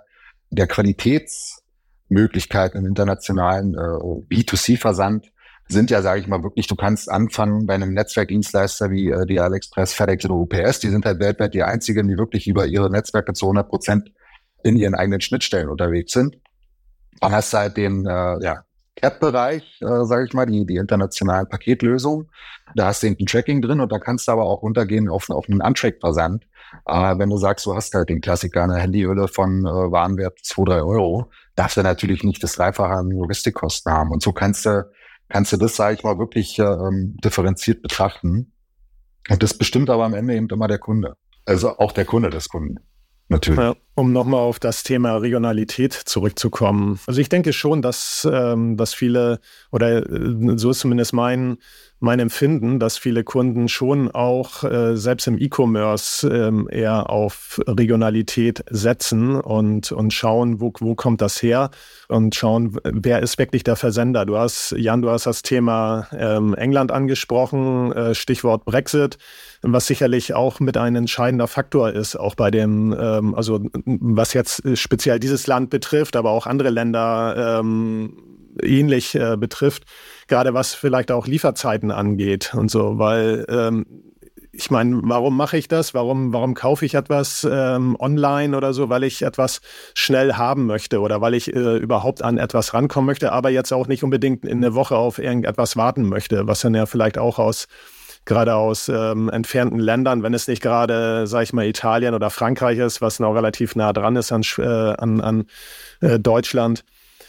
Qualitätsmöglichkeiten im internationalen B2C-Versand sind ja, sage ich mal, wirklich, du kannst anfangen bei einem Netzwerkdienstleister wie die AliExpress, FedEx oder UPS, die sind halt weltweit die einzigen, die wirklich über ihre Netzwerke zu 100% in ihren eigenen Schnittstellen unterwegs sind. Dann hast du halt den CAP-Bereich, sage ich mal, die internationalen Paketlösungen. Da hast du ein Tracking drin und da kannst du aber auch runtergehen auf einen Untracked-Versand. Wenn du sagst, du hast halt den Klassiker, eine Handyhülle von Warenwert 2-3 Euro, darfst du natürlich nicht das Dreifache an Logistikkosten haben. Und so kannst du das, sage ich mal, wirklich differenziert betrachten. Und das bestimmt aber am Ende eben immer der Kunde. Also auch der Kunde des Kunden. Natürlich. Ja, um nochmal auf das Thema Regionalität zurückzukommen. Also ich denke schon, dass viele, oder so ist zumindest mein Empfinden, dass viele Kunden schon auch selbst im E-Commerce eher auf Regionalität setzen und schauen, wo kommt das her und schauen, wer ist wirklich der Versender. Jan, du hast das Thema England angesprochen, Stichwort Brexit, was sicherlich auch mit ein entscheidender Faktor ist, auch bei dem, also was jetzt speziell dieses Land betrifft, aber auch andere Länder ähnlich betrifft, gerade was vielleicht auch Lieferzeiten angeht und so, weil ich meine, warum mache ich das? Warum kaufe ich etwas online oder so? Weil ich etwas schnell haben möchte oder weil ich überhaupt an etwas rankommen möchte, aber jetzt auch nicht unbedingt in eine Woche auf irgendetwas warten möchte, was dann ja vielleicht auch gerade aus entfernten Ländern, wenn es nicht gerade, sag ich mal, Italien oder Frankreich ist, was noch relativ nah dran ist an Deutschland.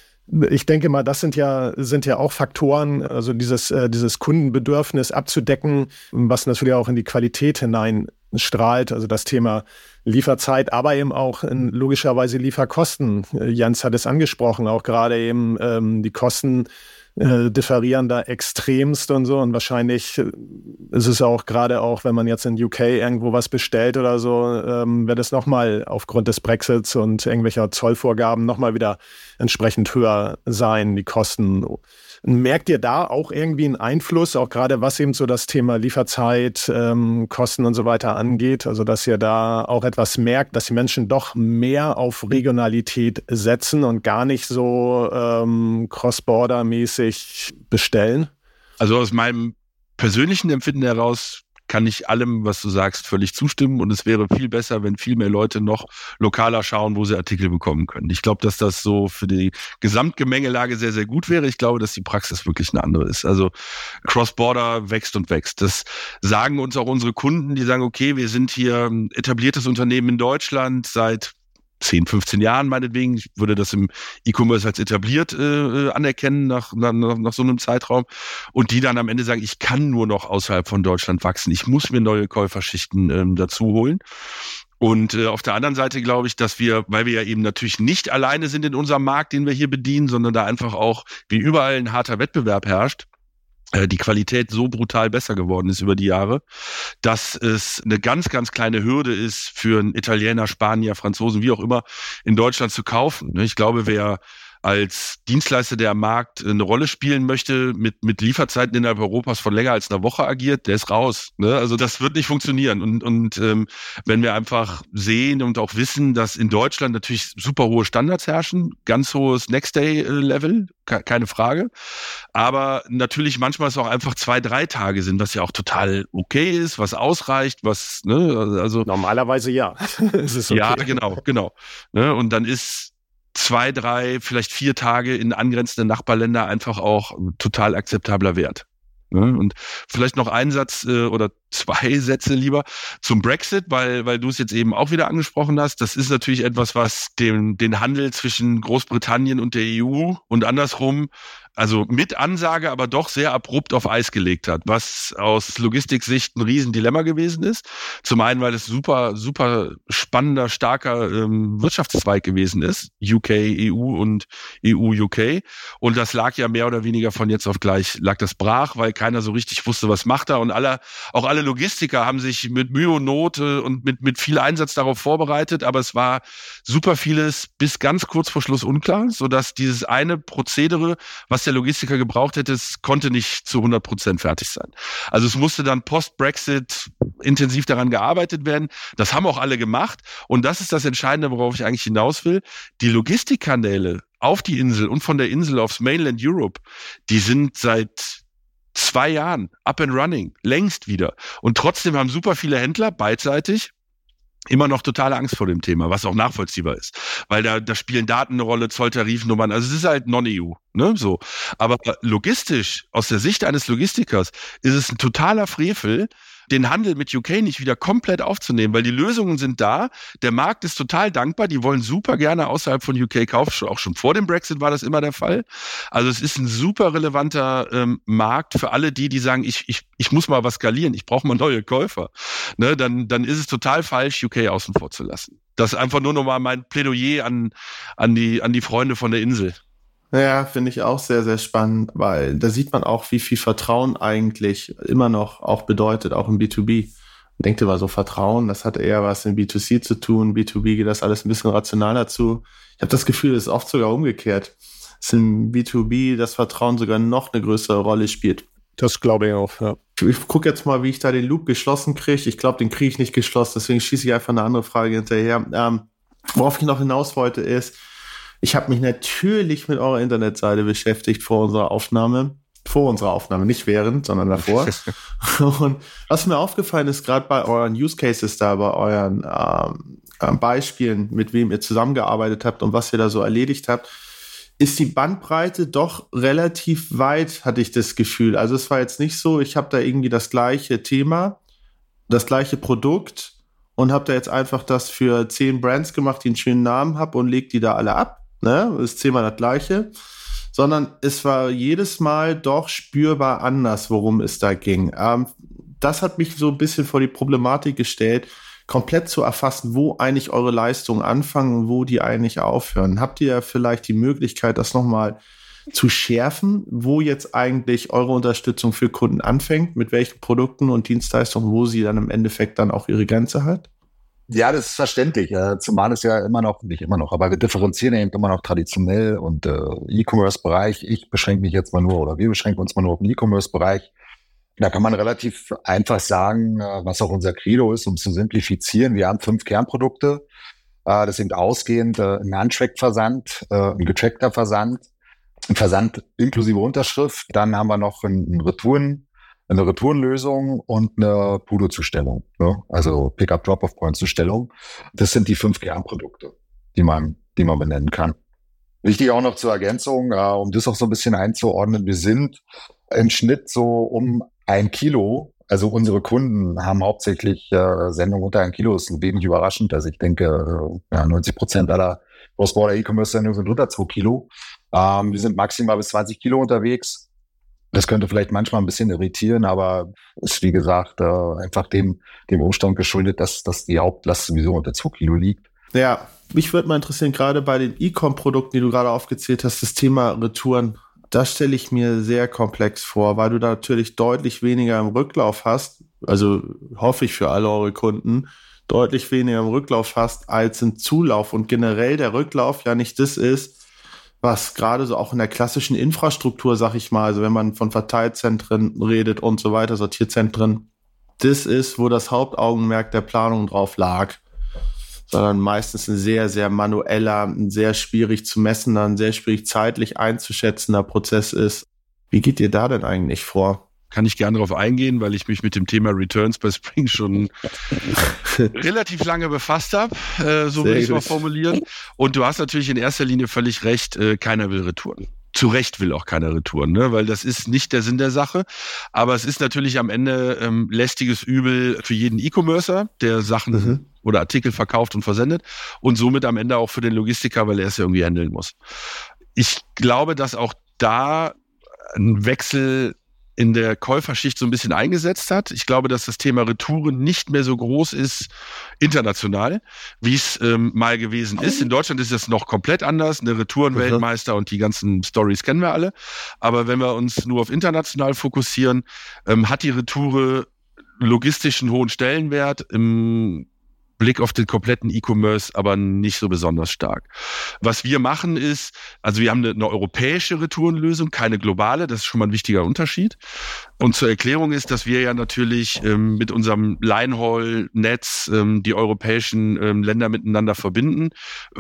Ich denke mal, das sind ja auch Faktoren, also dieses Kundenbedürfnis abzudecken, was natürlich auch in die Qualität hineinstrahlt, also das Thema Lieferzeit, aber eben auch logischerweise Lieferkosten. Jens hat es angesprochen, auch gerade eben die Kosten differieren da extremst und so. Und wahrscheinlich ist es auch gerade auch, wenn man jetzt in UK irgendwo was bestellt oder so, wird es nochmal aufgrund des Brexits und irgendwelcher Zollvorgaben nochmal wieder entsprechend höher sein, die Kosten. Merkt ihr da auch irgendwie einen Einfluss, auch gerade was eben so das Thema Lieferzeit, Kosten und so weiter angeht? Also dass ihr da auch etwas merkt, dass die Menschen doch mehr auf Regionalität setzen und gar nicht so cross-border-mäßig bestellen? Also aus meinem persönlichen Empfinden heraus kann ich allem, was du sagst, völlig zustimmen. Und es wäre viel besser, wenn viel mehr Leute noch lokaler schauen, wo sie Artikel bekommen können. Ich glaube, dass das so für die Gesamtgemengelage sehr, sehr gut wäre. Ich glaube, dass die Praxis wirklich eine andere ist. Also Cross-Border wächst und wächst. Das sagen uns auch unsere Kunden, die sagen, okay, wir sind hier ein etabliertes Unternehmen in Deutschland seit 10, 15 Jahren meinetwegen. Ich würde das im E-Commerce als etabliert anerkennen nach so einem Zeitraum. Und die dann am Ende sagen, ich kann nur noch außerhalb von Deutschland wachsen. Ich muss mir neue Käuferschichten dazu holen. Und auf der anderen Seite glaube ich, dass wir, weil wir ja eben natürlich nicht alleine sind in unserem Markt, den wir hier bedienen, sondern da einfach auch wie überall ein harter Wettbewerb herrscht, die Qualität so brutal besser geworden ist über die Jahre, dass es eine ganz, ganz kleine Hürde ist für einen Italiener, Spanier, Franzosen, wie auch immer, in Deutschland zu kaufen. Ich glaube, wer als Dienstleister, der am Markt eine Rolle spielen möchte, mit Lieferzeiten innerhalb Europas von länger als einer Woche agiert, der ist raus. Also das wird nicht funktionieren. Und wenn wir einfach sehen und auch wissen, dass in Deutschland natürlich super hohe Standards herrschen, ganz hohes Next-Day-Level, keine Frage. Aber natürlich manchmal es auch einfach 2-3 Tage sind, was ja auch total okay ist, was ausreicht, was, also normalerweise ja. Es ist okay. Ja, genau. Und dann ist 2, 3, vielleicht 4 Tage in angrenzenden Nachbarländer einfach auch total akzeptabler Wert. Und vielleicht noch ein Satz oder 2 Sätze lieber zum Brexit, weil du es jetzt eben auch wieder angesprochen hast. Das ist natürlich etwas, was den Handel zwischen Großbritannien und der EU und andersrum also mit Ansage, aber doch sehr abrupt auf Eis gelegt hat, was aus Logistiksicht ein Riesendilemma gewesen ist. Zum einen, weil es super, super spannender, starker Wirtschaftszweig gewesen ist, UK, EU und EU, UK. Und das lag ja mehr oder weniger von jetzt auf gleich, lag das brach, weil keiner so richtig wusste, was macht er. Und auch alle Logistiker haben sich mit Mühe und Not und mit viel Einsatz darauf vorbereitet, aber es war super vieles bis ganz kurz vor Schluss unklar, sodass dieses eine Prozedere, was der Logistiker gebraucht hätte, es konnte nicht zu 100% fertig sein. Also es musste dann post-Brexit intensiv daran gearbeitet werden. Das haben auch alle gemacht. Und das ist das Entscheidende, worauf ich eigentlich hinaus will. Die Logistikkanäle auf die Insel und von der Insel aufs Mainland Europe, die sind seit 2 Jahren up and running, längst wieder. Und trotzdem haben super viele Händler beidseitig immer noch totale Angst vor dem Thema, was auch nachvollziehbar ist. Weil da spielen Daten eine Rolle, Zolltarifnummern, also es ist halt Non-EU, ne, so. Aber logistisch, aus der Sicht eines Logistikers, ist es ein totaler Frevel, den Handel mit UK nicht wieder komplett aufzunehmen, weil die Lösungen sind da, der Markt ist total dankbar, die wollen super gerne außerhalb von UK kaufen, auch schon vor dem Brexit war das immer der Fall. Also es ist ein super relevanter Markt für alle die sagen, ich muss mal was skalieren, ich brauche mal neue Käufer. Ne, dann ist es total falsch, UK außen vor zu lassen. Das ist einfach nur nochmal mein Plädoyer an die Freunde von der Insel. Ja, finde ich auch sehr, sehr spannend, weil da sieht man auch, wie viel Vertrauen eigentlich immer noch auch bedeutet, auch im B2B. Man denkt immer so, Vertrauen, das hat eher was in B2C zu tun, B2B geht das alles ein bisschen rationaler zu. Ich habe das Gefühl, es ist oft sogar umgekehrt, dass im B2B das Vertrauen sogar noch eine größere Rolle spielt. Das glaube ich auch, ja. Ich gucke jetzt mal, wie ich da den Loop geschlossen kriege. Ich glaube, den kriege ich nicht geschlossen, deswegen schieße ich einfach eine andere Frage hinterher. Worauf ich noch hinaus wollte ist, ich habe mich natürlich mit eurer Internetseite beschäftigt vor unserer Aufnahme, nicht während, sondern davor. Und was mir aufgefallen ist, gerade bei euren Use Cases da, bei euren Beispielen, mit wem ihr zusammengearbeitet habt und was ihr da so erledigt habt, ist die Bandbreite doch relativ weit, hatte ich das Gefühl. Also es war jetzt nicht so, ich habe da irgendwie das gleiche Thema, das gleiche Produkt und habe da jetzt einfach das für 10 Brands gemacht, die einen schönen Namen haben und legt die da alle ab. Ne, das ist 10-mal das Gleiche, sondern es war jedes Mal doch spürbar anders, worum es da ging. Das hat mich so ein bisschen vor die Problematik gestellt, komplett zu erfassen, wo eigentlich eure Leistungen anfangen und wo die eigentlich aufhören. Habt ihr vielleicht die Möglichkeit, das nochmal zu schärfen, wo jetzt eigentlich eure Unterstützung für Kunden anfängt, mit welchen Produkten und Dienstleistungen, wo sie dann im Endeffekt dann auch ihre Grenze hat? Ja, das ist verständlich, zumal es ja nicht immer noch, aber wir differenzieren eben immer noch traditionell und E-Commerce-Bereich. Wir beschränken uns mal nur auf den E-Commerce-Bereich. Da kann man relativ einfach sagen, was auch unser Credo ist, um es zu simplifizieren. Wir haben 5 Kernprodukte. Das sind ausgehend ein Untracked-Versand, ein getrackter Versand, ein Versand inklusive Unterschrift. Dann haben wir noch eine Retourenlösung und eine Pudo-Zustellung, ne? Also Pick-up-Drop-off-Point-Zustellung. Das sind die 5 Kernprodukte, die man benennen kann. Wichtig auch noch zur Ergänzung, um das auch so ein bisschen einzuordnen, wir sind im Schnitt so um 1 Kilo, also unsere Kunden haben hauptsächlich Sendungen unter 1 Kilo, das ist wenig überraschend, also ich denke 90% aller Cross-Border E-Commerce-Sendungen sind unter 2 Kilo. Wir sind maximal bis 20 Kilo unterwegs. Das könnte vielleicht manchmal ein bisschen irritieren, aber ist, wie gesagt, einfach dem Umstand geschuldet, dass die Hauptlast sowieso unter 2 Kilo liegt. Ja, mich würde mal interessieren, gerade bei den E-Com-Produkten, die du gerade aufgezählt hast, das Thema Retouren, das stelle ich mir sehr komplex vor, weil du da natürlich deutlich weniger im Rücklauf hast, also hoffe ich für alle eure Kunden, deutlich weniger im Rücklauf hast als im Zulauf und generell der Rücklauf ja nicht das ist, was gerade so auch in der klassischen Infrastruktur, sag ich mal, also wenn man von Verteilzentren redet und so weiter, Sortierzentren, das ist, wo das Hauptaugenmerk der Planung drauf lag, sondern meistens ein sehr, sehr manueller, ein sehr schwierig zu messender, ein sehr schwierig zeitlich einzuschätzender Prozess ist. Wie geht ihr da denn eigentlich vor? Kann ich gerne darauf eingehen, weil ich mich mit dem Thema Returns bei Spring schon relativ lange befasst habe, so will ich es mal formulieren. Und du hast natürlich in erster Linie völlig recht, keiner will Retouren. Zu Recht will auch keiner Retouren, ne? Weil das ist nicht der Sinn der Sache. Aber es ist natürlich am Ende lästiges Übel für jeden E-Commercer, der Sachen oder Artikel verkauft und versendet und somit am Ende auch für den Logistiker, weil er es ja irgendwie handeln muss. Ich glaube, dass auch da ein Wechsel in der Käuferschicht so ein bisschen eingesetzt hat. Ich glaube, dass das Thema Retouren nicht mehr so groß ist international, wie es mal gewesen ist. In Deutschland ist das noch komplett anders. Eine Retourenweltmeister und die ganzen Stories kennen wir alle. Aber wenn wir uns nur auf international fokussieren, hat die Retoure logistisch einen hohen Stellenwert, im Blick auf den kompletten E-Commerce aber nicht so besonders stark. Was wir machen ist, also wir haben eine europäische Retourenlösung, keine globale, das ist schon mal ein wichtiger Unterschied. Und zur Erklärung ist, dass wir ja natürlich mit unserem Linehaul-Netz die europäischen Länder miteinander verbinden,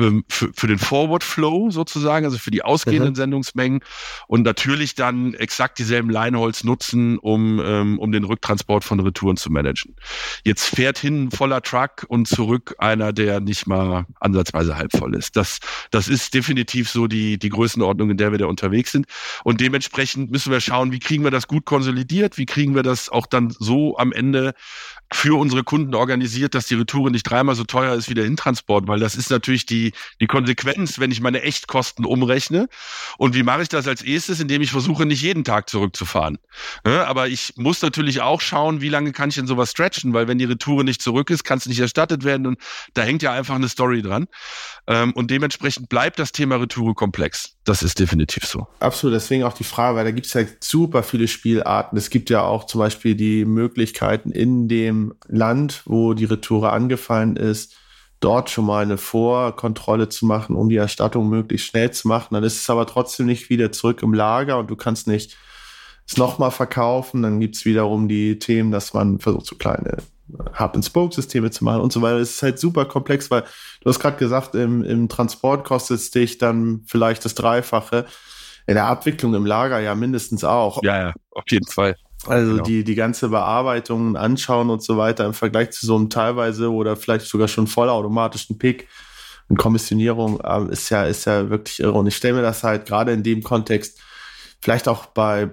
für den Forward-Flow sozusagen, also für die ausgehenden Sendungsmengen und natürlich dann exakt dieselben Linehauls nutzen, um den Rücktransport von Retouren zu managen. Jetzt fährt hin ein voller Truck und zurück einer, der nicht mal ansatzweise halb voll ist. Das ist definitiv so die Größenordnung, in der wir da unterwegs sind. Und dementsprechend müssen wir schauen, wie kriegen wir das gut konsolidiert, wie kriegen wir das auch dann so am Ende für unsere Kunden organisiert, dass die Retoure nicht dreimal so teuer ist wie der Hintransport, weil das ist natürlich die Konsequenz, wenn ich meine Echtkosten umrechne. Und wie mache ich das als erstes? Indem ich versuche, nicht jeden Tag zurückzufahren. Ja, aber ich muss natürlich auch schauen, wie lange kann ich denn sowas stretchen, weil wenn die Retoure nicht zurück ist, kann es nicht erstattet werden und da hängt ja einfach eine Story dran. Und dementsprechend bleibt das Thema Retoure komplex. Das ist definitiv so. Absolut, deswegen auch die Frage, weil da gibt es ja super viele Spielarten. Es gibt ja auch zum Beispiel die Möglichkeiten in dem Land, wo die Retoure angefallen ist, dort schon mal eine Vorkontrolle zu machen, um die Erstattung möglichst schnell zu machen. Dann ist es aber trotzdem nicht wieder zurück im Lager und du kannst nicht es nochmal verkaufen. Dann gibt es wiederum die Themen, dass man versucht, so kleine Hub-and-Spoke-Systeme zu machen und so weiter. Es ist halt super komplex, weil du hast gerade gesagt, im Transport kostet es dich dann vielleicht das Dreifache. In der Abwicklung im Lager ja mindestens auch. Ja, auf jeden Fall. Also genau. die ganze Bearbeitung anschauen und so weiter im Vergleich zu so einem teilweise oder vielleicht sogar schon vollautomatischen Pick und Kommissionierung ist ja wirklich irre. Und ich stelle mir das halt gerade in dem Kontext vielleicht auch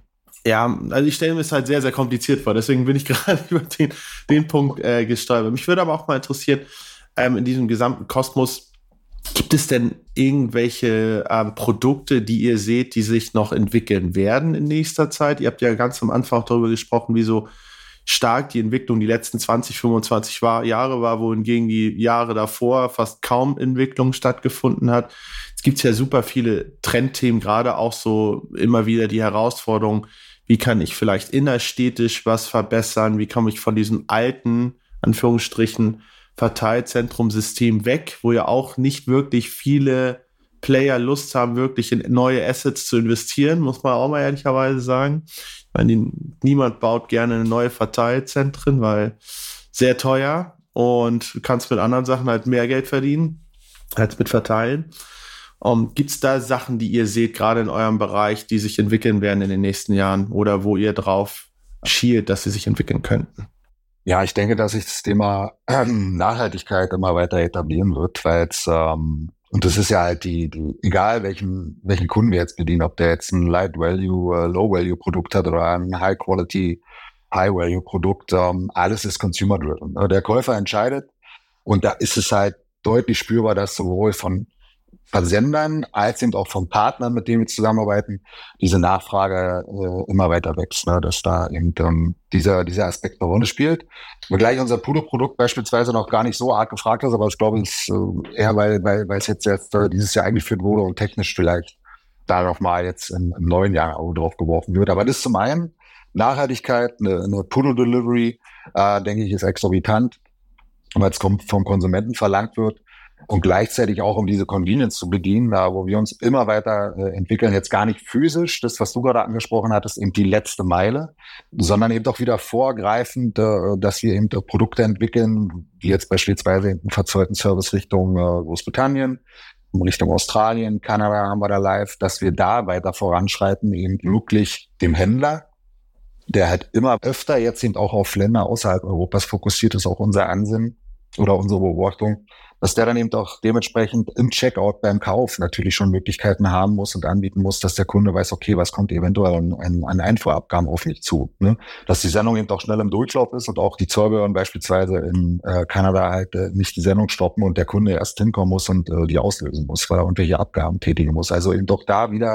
also ich stelle mir es halt sehr, sehr kompliziert vor. Deswegen bin ich gerade über den Punkt gestolpert. Mich würde aber auch mal interessieren, in diesem gesamten Kosmos, gibt es denn irgendwelche Produkte, die ihr seht, die sich noch entwickeln werden in nächster Zeit? Ihr habt ja ganz am Anfang auch darüber gesprochen, wie so stark die Entwicklung die letzten 20, 25 Jahre war, wohingegen die Jahre davor fast kaum Entwicklung stattgefunden hat. Es gibt ja super viele Trendthemen, gerade auch so immer wieder die Herausforderung, wie kann ich vielleicht innerstädtisch was verbessern? Wie komme ich von diesem alten, Anführungsstrichen, Verteilzentrumsystem weg, wo ja auch nicht wirklich viele Player Lust haben, wirklich in neue Assets zu investieren, muss man auch mal ehrlicherweise sagen. Ich meine, niemand baut gerne neue Verteilzentren, weil sehr teuer und du kannst mit anderen Sachen halt mehr Geld verdienen als mit Verteilen. Gibt es da Sachen, die ihr seht, gerade in eurem Bereich, die sich entwickeln werden in den nächsten Jahren oder wo ihr drauf schielt, dass sie sich entwickeln könnten? Ja, ich denke, dass sich das Thema Nachhaltigkeit immer weiter etablieren wird, weil es, und das ist ja halt egal welchen Kunden wir jetzt bedienen, ob der jetzt ein Light-Value, Low-Value-Produkt hat oder ein High-Quality, High-Value-Produkt, alles ist consumer-driven. Der Käufer entscheidet und da ist es halt deutlich spürbar, dass sowohl von Versendern als eben auch von Partnern, mit denen wir zusammenarbeiten, diese Nachfrage immer weiter wächst, ne? Dass da eben dieser Aspekt eine Rolle spielt. Und gleich unser Pudo-Produkt beispielsweise noch gar nicht so arg gefragt ist, aber ich glaube, es ist eher, weil es jetzt dieses Jahr eingeführt wurde und technisch vielleicht da noch mal jetzt im neuen Jahr Auge drauf geworfen wird. Aber das ist zum einen Nachhaltigkeit, eine Pudo-Delivery, denke ich, ist exorbitant, weil es vom Konsumenten verlangt wird. Und gleichzeitig auch, um diese Convenience zu bedienen, da wo wir uns immer weiter entwickeln, jetzt gar nicht physisch, das, was du gerade angesprochen hattest, eben die letzte Meile, sondern eben auch wieder vorgreifend, dass wir eben Produkte entwickeln, wie jetzt beispielsweise einen verzollten Service Richtung Großbritannien, Richtung Australien, Kanada haben wir da live, dass wir da weiter voranschreiten, eben wirklich dem Händler, der halt immer öfter jetzt eben auch auf Länder außerhalb Europas fokussiert ist, auch unser Ansinnen oder unsere Beobachtung, dass der dann eben auch dementsprechend im Checkout beim Kauf natürlich schon Möglichkeiten haben muss und anbieten muss, dass der Kunde weiß, okay, was kommt eventuell an Einfuhrabgaben auf mich zu. Ne? Dass die Sendung eben auch schnell im Durchlauf ist und auch die Zollbehörden beispielsweise in Kanada halt nicht die Sendung stoppen und der Kunde erst hinkommen muss und die auslösen muss, weil er irgendwelche Abgaben tätigen muss. Also eben doch da wieder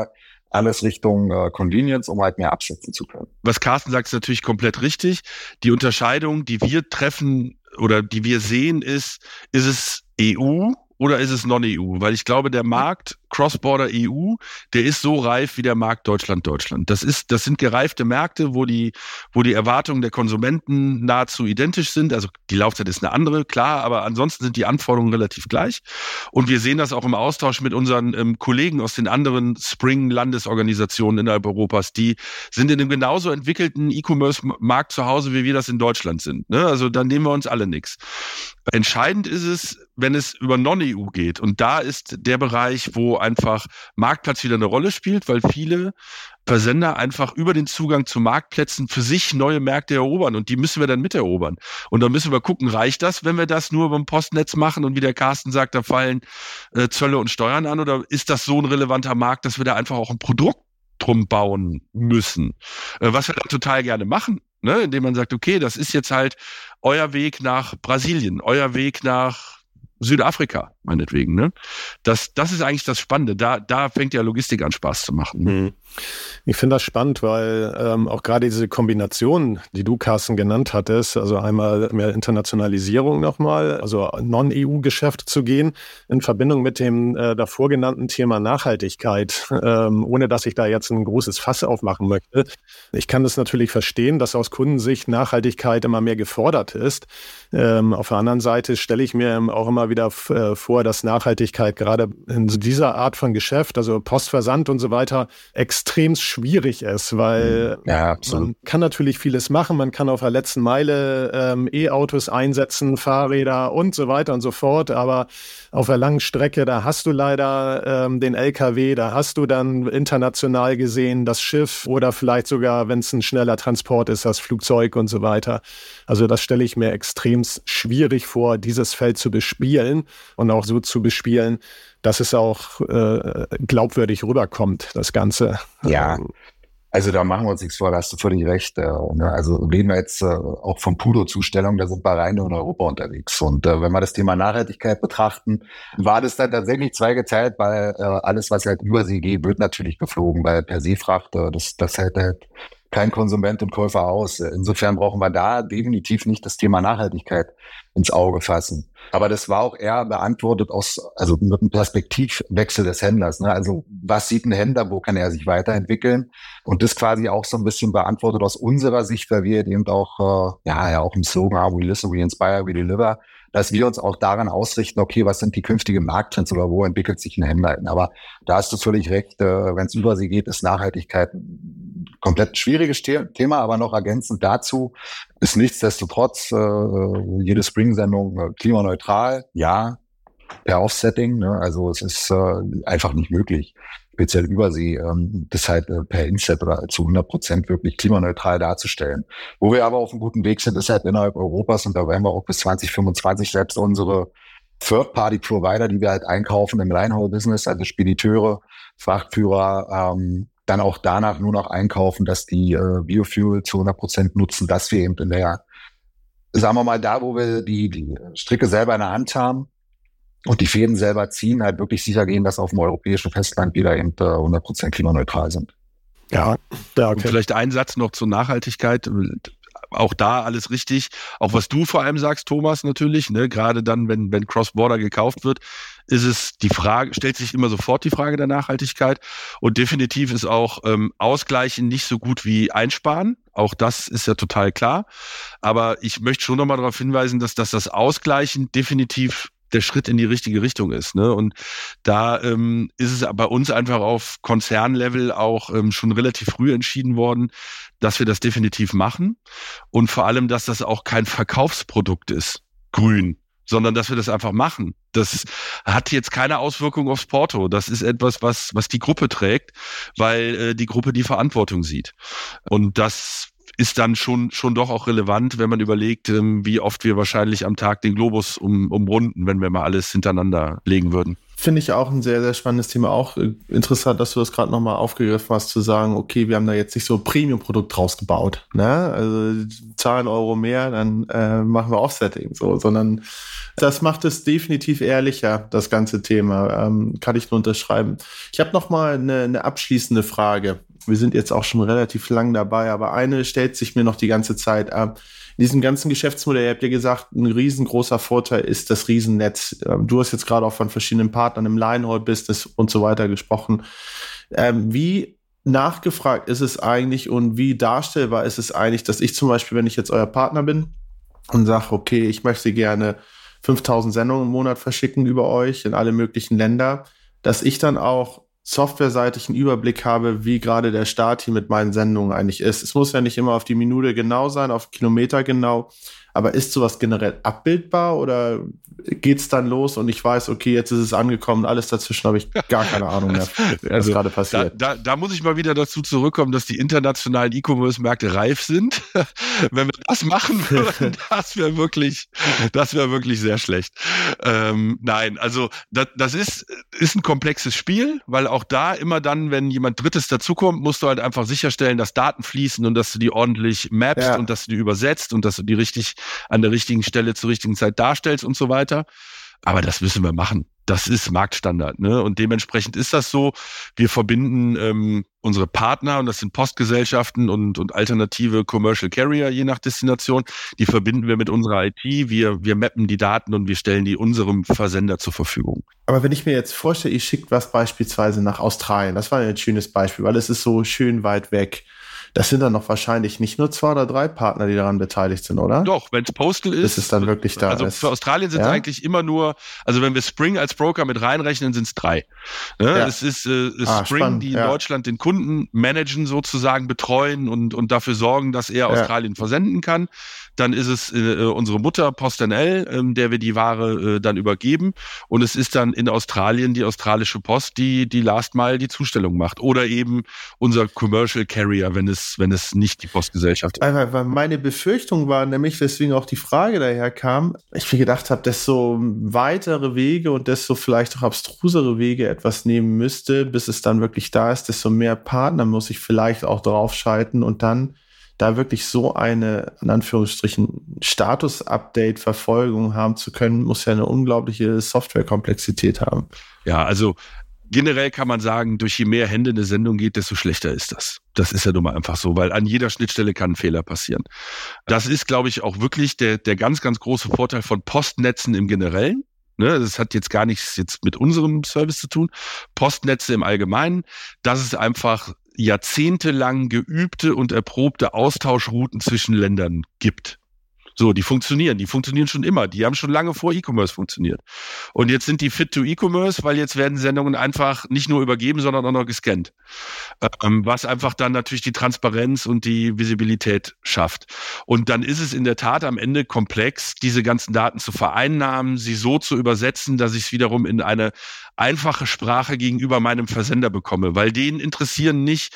alles Richtung Convenience, um halt mehr absetzen zu können. Was Carsten sagt, ist natürlich komplett richtig. Die Unterscheidung, die wir treffen oder die wir sehen, ist es EU oder ist es Non-EU? Weil ich glaube, der Markt Cross-Border EU, der ist so reif wie der Markt Deutschland. Das sind gereifte Märkte, wo die Erwartungen der Konsumenten nahezu identisch sind. Also die Laufzeit ist eine andere, klar, aber ansonsten sind die Anforderungen relativ gleich. Und wir sehen das auch im Austausch mit unseren Kollegen aus den anderen Spring-Landesorganisationen innerhalb Europas. Die sind in einem genauso entwickelten E-Commerce-Markt zu Hause, wie wir das in Deutschland sind. Ne? Also da nehmen wir uns alle nichts. Entscheidend ist es, wenn es über Non-EU geht. Und da ist der Bereich, wo einfach Marktplatz wieder eine Rolle spielt, weil viele Versender einfach über den Zugang zu Marktplätzen für sich neue Märkte erobern und die müssen wir dann miterobern. Und dann müssen wir gucken, reicht das, wenn wir das nur beim Postnetz machen und wie der Carsten sagt, da fallen Zölle und Steuern an oder ist das so ein relevanter Markt, dass wir da einfach auch ein Produkt drum bauen müssen? Was wir dann total gerne machen, ne? Indem man sagt, okay, das ist jetzt halt euer Weg nach Brasilien, euer Weg nach Südafrika, meinetwegen, ne? Das ist eigentlich das Spannende. Da fängt ja Logistik an, Spaß zu machen. Ich finde das spannend, weil auch gerade diese Kombination, die du, Carsten, genannt hattest, also einmal mehr Internationalisierung nochmal, also Non-EU-Geschäft zu gehen, in Verbindung mit dem davor genannten Thema Nachhaltigkeit, ohne dass ich da jetzt ein großes Fass aufmachen möchte. Ich kann das natürlich verstehen, dass aus Kundensicht Nachhaltigkeit immer mehr gefordert ist. Auf der anderen Seite stelle ich mir auch immer wieder vor, dass Nachhaltigkeit gerade in dieser Art von Geschäft, also Postversand und so weiter, extrem schwierig ist, weil man kann natürlich vieles machen, man kann auf der letzten Meile E-Autos einsetzen, Fahrräder und so weiter und so fort, aber auf der langen Strecke, da hast du leider den LKW, da hast du dann international gesehen das Schiff oder vielleicht sogar, wenn es ein schneller Transport ist, das Flugzeug und so weiter. Also das stelle ich mir extrem schwierig vor, dieses Feld zu bespielen und auch so zu bespielen, dass es auch glaubwürdig rüberkommt, das Ganze. Ja, also da machen wir uns nichts vor, da hast du völlig recht. Also reden wir jetzt auch von Pudo-Zustellung, da sind wir rein in Europa unterwegs. Und wenn wir das Thema Nachhaltigkeit betrachten, war das dann tatsächlich zweigeteilt, weil alles, was halt über See geht, wird natürlich geflogen, weil per Se-Fracht, das hält halt kein Konsument und Käufer aus. Insofern brauchen wir da definitiv nicht das Thema Nachhaltigkeit ins Auge fassen. Aber das war auch eher beantwortet also mit einem Perspektivwechsel des Händlers. Ne? Also was sieht ein Händler, wo kann er sich weiterentwickeln? Und das quasi auch so ein bisschen beantwortet aus unserer Sicht, weil wir eben auch, auch im Slogan haben, we listen, we inspire, we deliver, dass wir uns auch daran ausrichten, okay, was sind die künftigen Markttrends oder wo entwickelt sich ein Händler hin? Aber da hast du völlig recht, wenn es über sie geht, ist Nachhaltigkeit ein komplett schwieriges Thema, aber noch ergänzend dazu ist nichtsdestotrotz jede Spring-Sendung klimaneutral, ja, per Offsetting, ne? Also es ist einfach nicht möglich, speziell Übersee, das halt per Inset oder zu 100% wirklich klimaneutral darzustellen. Wo wir aber auf einem guten Weg sind, ist halt innerhalb Europas und da werden wir auch bis 2025 selbst unsere Third-Party-Provider, die wir halt einkaufen im Line-Haul-Business, also Spediteure, Frachtführer, dann auch danach nur noch einkaufen, dass die Biofuel zu 100% nutzen, dass wir eben in der, sagen wir mal, da wo wir die Stricke selber in der Hand haben und die Fäden selber ziehen, halt wirklich sicher gehen, dass auf dem europäischen Festland wieder eben 100% klimaneutral sind. Ja, okay. Und vielleicht ein Satz noch zur Nachhaltigkeit. Auch da alles richtig. Auch was du vor allem sagst, Thomas, natürlich, ne, gerade dann, wenn Cross-Border gekauft wird, ist es stellt sich immer sofort die Frage der Nachhaltigkeit. Und definitiv ist auch Ausgleichen nicht so gut wie Einsparen. Auch das ist ja total klar. Aber ich möchte schon nochmal darauf hinweisen, dass das Ausgleichen definitiv der Schritt in die richtige Richtung ist, ne? Und da ist es bei uns einfach auf Konzernlevel auch schon relativ früh entschieden worden, dass wir das definitiv machen und vor allem, dass das auch kein Verkaufsprodukt ist, grün, sondern dass wir das einfach machen. Das hat jetzt keine Auswirkung aufs Porto. Das ist etwas, was die Gruppe trägt, weil die Gruppe die Verantwortung sieht. Und das ist dann schon doch auch relevant, wenn man überlegt, wie oft wir wahrscheinlich am Tag den Globus umrunden, wenn wir mal alles hintereinander legen würden. Finde ich auch ein sehr, sehr spannendes Thema. Auch interessant, dass du das gerade nochmal aufgegriffen hast, zu sagen, okay, wir haben da jetzt nicht so ein Premium-Produkt draus gebaut. Ne? Also zahlen Euro mehr, dann machen wir Offsetting, so, sondern das macht es definitiv ehrlicher, das ganze Thema. Kann ich nur unterschreiben. Ich habe nochmal eine abschließende Frage. Wir sind jetzt auch schon relativ lang dabei, aber eine stellt sich mir noch die ganze Zeit ab. In diesem ganzen Geschäftsmodell, ihr habt ja gesagt, ein riesengroßer Vorteil ist das Riesennetz. Du hast jetzt gerade auch von verschiedenen Partnern im Line-Haul-Business und so weiter gesprochen. Wie nachgefragt ist es eigentlich und wie darstellbar ist es eigentlich, dass ich zum Beispiel, wenn ich jetzt euer Partner bin und sage, okay, ich möchte gerne 5000 Sendungen im Monat verschicken über euch in alle möglichen Länder, dass ich dann auch softwareseitig einen Überblick habe, wie gerade der Start hier mit meinen Sendungen eigentlich ist. Es muss ja nicht immer auf die Minute genau sein, auf Kilometer genau, aber ist sowas generell abbildbar oder geht's dann los und ich weiß, okay, jetzt ist es angekommen, alles dazwischen habe ich gar keine Ahnung mehr, was gerade passiert. Da muss ich mal wieder dazu zurückkommen, dass die internationalen E-Commerce-Märkte reif sind. Wenn wir das machen würden, das wäre wirklich sehr schlecht. Nein, also das ist ein komplexes Spiel, weil auch da immer dann, wenn jemand Drittes dazukommt, musst du halt einfach sicherstellen, dass Daten fließen und dass du die ordentlich mappst und dass du die übersetzt und dass du die richtig an der richtigen Stelle zur richtigen Zeit darstellst und so weiter. Aber das müssen wir machen. Das ist Marktstandard, ne? Und dementsprechend ist das so. Wir verbinden unsere Partner, und das sind Postgesellschaften und alternative Commercial Carrier, je nach Destination, die verbinden wir mit unserer IT. Wir mappen die Daten und wir stellen die unserem Versender zur Verfügung. Aber wenn ich mir jetzt vorstelle, ihr schickt was beispielsweise nach Australien, das war ein schönes Beispiel, weil es ist so schön weit weg. Das sind dann noch wahrscheinlich nicht nur 2 oder 3 Partner, die daran beteiligt sind, oder? Doch, wenn es Postal ist. Bis es dann wirklich da also ist. Für Australien sind es eigentlich immer nur, also wenn wir Spring als Broker mit reinrechnen, sind es 3. Ja. Es ist Spring, spannend, die in Deutschland den Kunden managen, sozusagen betreuen und dafür sorgen, dass er Australien versenden kann. Dann ist es unsere Mutter PostNL, der wir die Ware dann übergeben. Und es ist dann in Australien die australische Post, die Last Mile die Zustellung macht. Oder eben unser Commercial Carrier, wenn es nicht die Postgesellschaft ist. Weil meine Befürchtung war nämlich, weswegen auch die Frage daher kam, ich mir gedacht habe, desto weitere Wege und desto vielleicht auch abstrusere Wege etwas nehmen müsste, bis es dann wirklich da ist, desto mehr Partner muss ich vielleicht auch draufschalten und dann da wirklich so eine, in Anführungsstrichen, Status-Update-Verfolgung haben zu können, muss ja eine unglaubliche Softwarekomplexität haben. Ja, also generell kann man sagen, durch je mehr Hände eine Sendung geht, desto schlechter ist das. Das ist ja nun mal einfach so, weil an jeder Schnittstelle kann ein Fehler passieren. Das ist, glaube ich, auch wirklich der ganz, ganz große Vorteil von Postnetzen im Generellen. Das hat jetzt gar nichts jetzt mit unserem Service zu tun. Postnetze im Allgemeinen, das ist einfach jahrzehntelang geübte und erprobte Austauschrouten zwischen Ländern gibt. So, die funktionieren schon immer. Die haben schon lange vor E-Commerce funktioniert. Und jetzt sind die fit to E-Commerce, weil jetzt werden Sendungen einfach nicht nur übergeben, sondern auch noch gescannt. Was einfach dann natürlich die Transparenz und die Visibilität schafft. Und dann ist es in der Tat am Ende komplex, diese ganzen Daten zu vereinnahmen, sie so zu übersetzen, dass ich es wiederum in eine einfache Sprache gegenüber meinem Versender bekomme. Weil denen interessieren nicht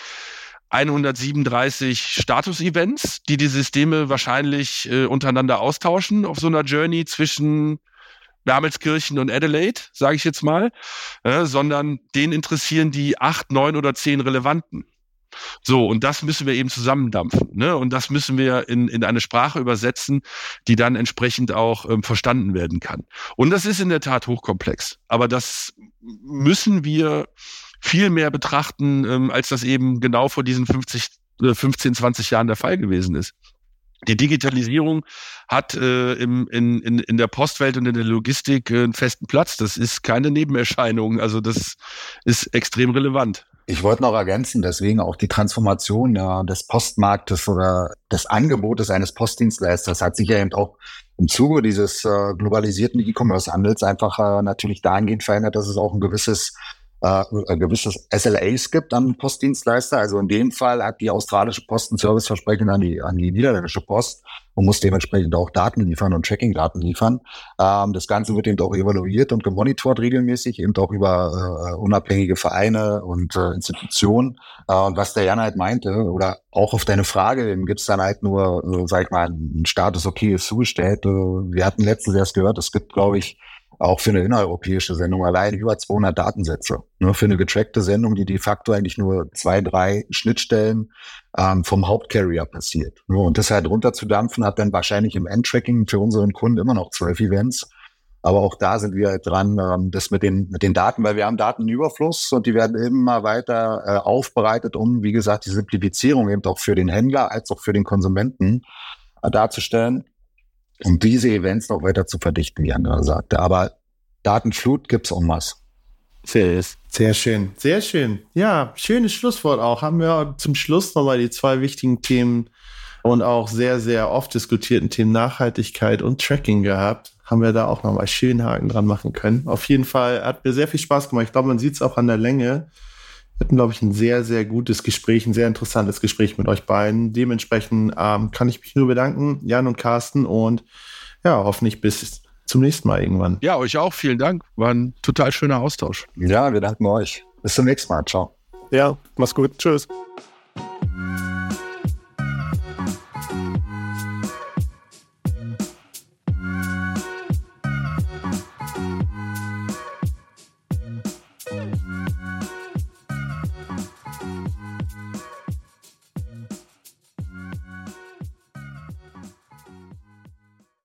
137 Status-Events, die Systeme wahrscheinlich untereinander austauschen auf so einer Journey zwischen Wermelskirchen und Adelaide, sage ich jetzt mal, sondern denen interessieren die 8, 9 oder 10 relevanten. So, und das müssen wir eben zusammendampfen, ne? Und das müssen wir in eine Sprache übersetzen, die dann entsprechend auch verstanden werden kann. Und das ist in der Tat hochkomplex. Aber das müssen wir viel mehr betrachten, als das eben genau vor diesen 15, 20 Jahren der Fall gewesen ist. Die Digitalisierung hat in der Postwelt und in der Logistik einen festen Platz. Das ist keine Nebenerscheinung. Also das ist extrem relevant. Ich wollte noch ergänzen, deswegen auch die Transformation des Postmarktes oder des Angebotes eines Postdienstleisters hat sich ja eben auch im Zuge dieses globalisierten E-Commerce-Handels einfach natürlich dahingehend verändert, dass es auch ein gewisses gewisses SLAs gibt an Postdienstleister. Also in dem Fall hat die australische Post ein Serviceversprechen an die niederländische Post und muss dementsprechend auch Daten liefern und Tracking-Daten liefern. Das Ganze wird eben auch evaluiert und gemonitort regelmäßig, eben auch über unabhängige Vereine und Institutionen. Und was der Jan halt meinte, oder auch auf deine Frage, gibt es dann halt nur, sag ich mal, ein Status okay ist zugestellt. Wir hatten letztens erst gehört, es gibt, glaube ich, auch für eine innereuropäische Sendung allein über 200 Datensätze. Nur für eine getrackte Sendung, die de facto eigentlich nur 2, 3 Schnittstellen vom Hauptcarrier passiert. Und das halt runterzudampfen, hat dann wahrscheinlich im Endtracking für unseren Kunden immer noch 12 Events. Aber auch da sind wir halt dran, das mit den Daten, weil wir haben Datenüberfluss und die werden immer weiter aufbereitet, um, wie gesagt, die Simplifizierung eben auch für den Händler als auch für den Konsumenten darzustellen. Um diese Events noch weiter zu verdichten, wie Andrea sagte. Aber Datenflut gibt's en masse. Sehr schön, sehr schön. Ja, schönes Schlusswort auch. Haben wir zum Schluss nochmal die 2 wichtigen Themen und auch sehr, sehr oft diskutierten Themen Nachhaltigkeit und Tracking gehabt. Haben wir da auch nochmal schön Haken dran machen können. Auf jeden Fall hat mir sehr viel Spaß gemacht. Ich glaube, man sieht es auch an der Länge. Wir hatten, glaube ich, ein sehr, sehr gutes Gespräch, ein sehr interessantes Gespräch mit euch beiden. Dementsprechend kann ich mich nur bedanken, Jan und Carsten, und ja, hoffentlich bis zum nächsten Mal irgendwann. Ja, euch auch. Vielen Dank. War ein total schöner Austausch. Ja, wir danken euch. Bis zum nächsten Mal. Ciao. Ja, mach's gut. Tschüss.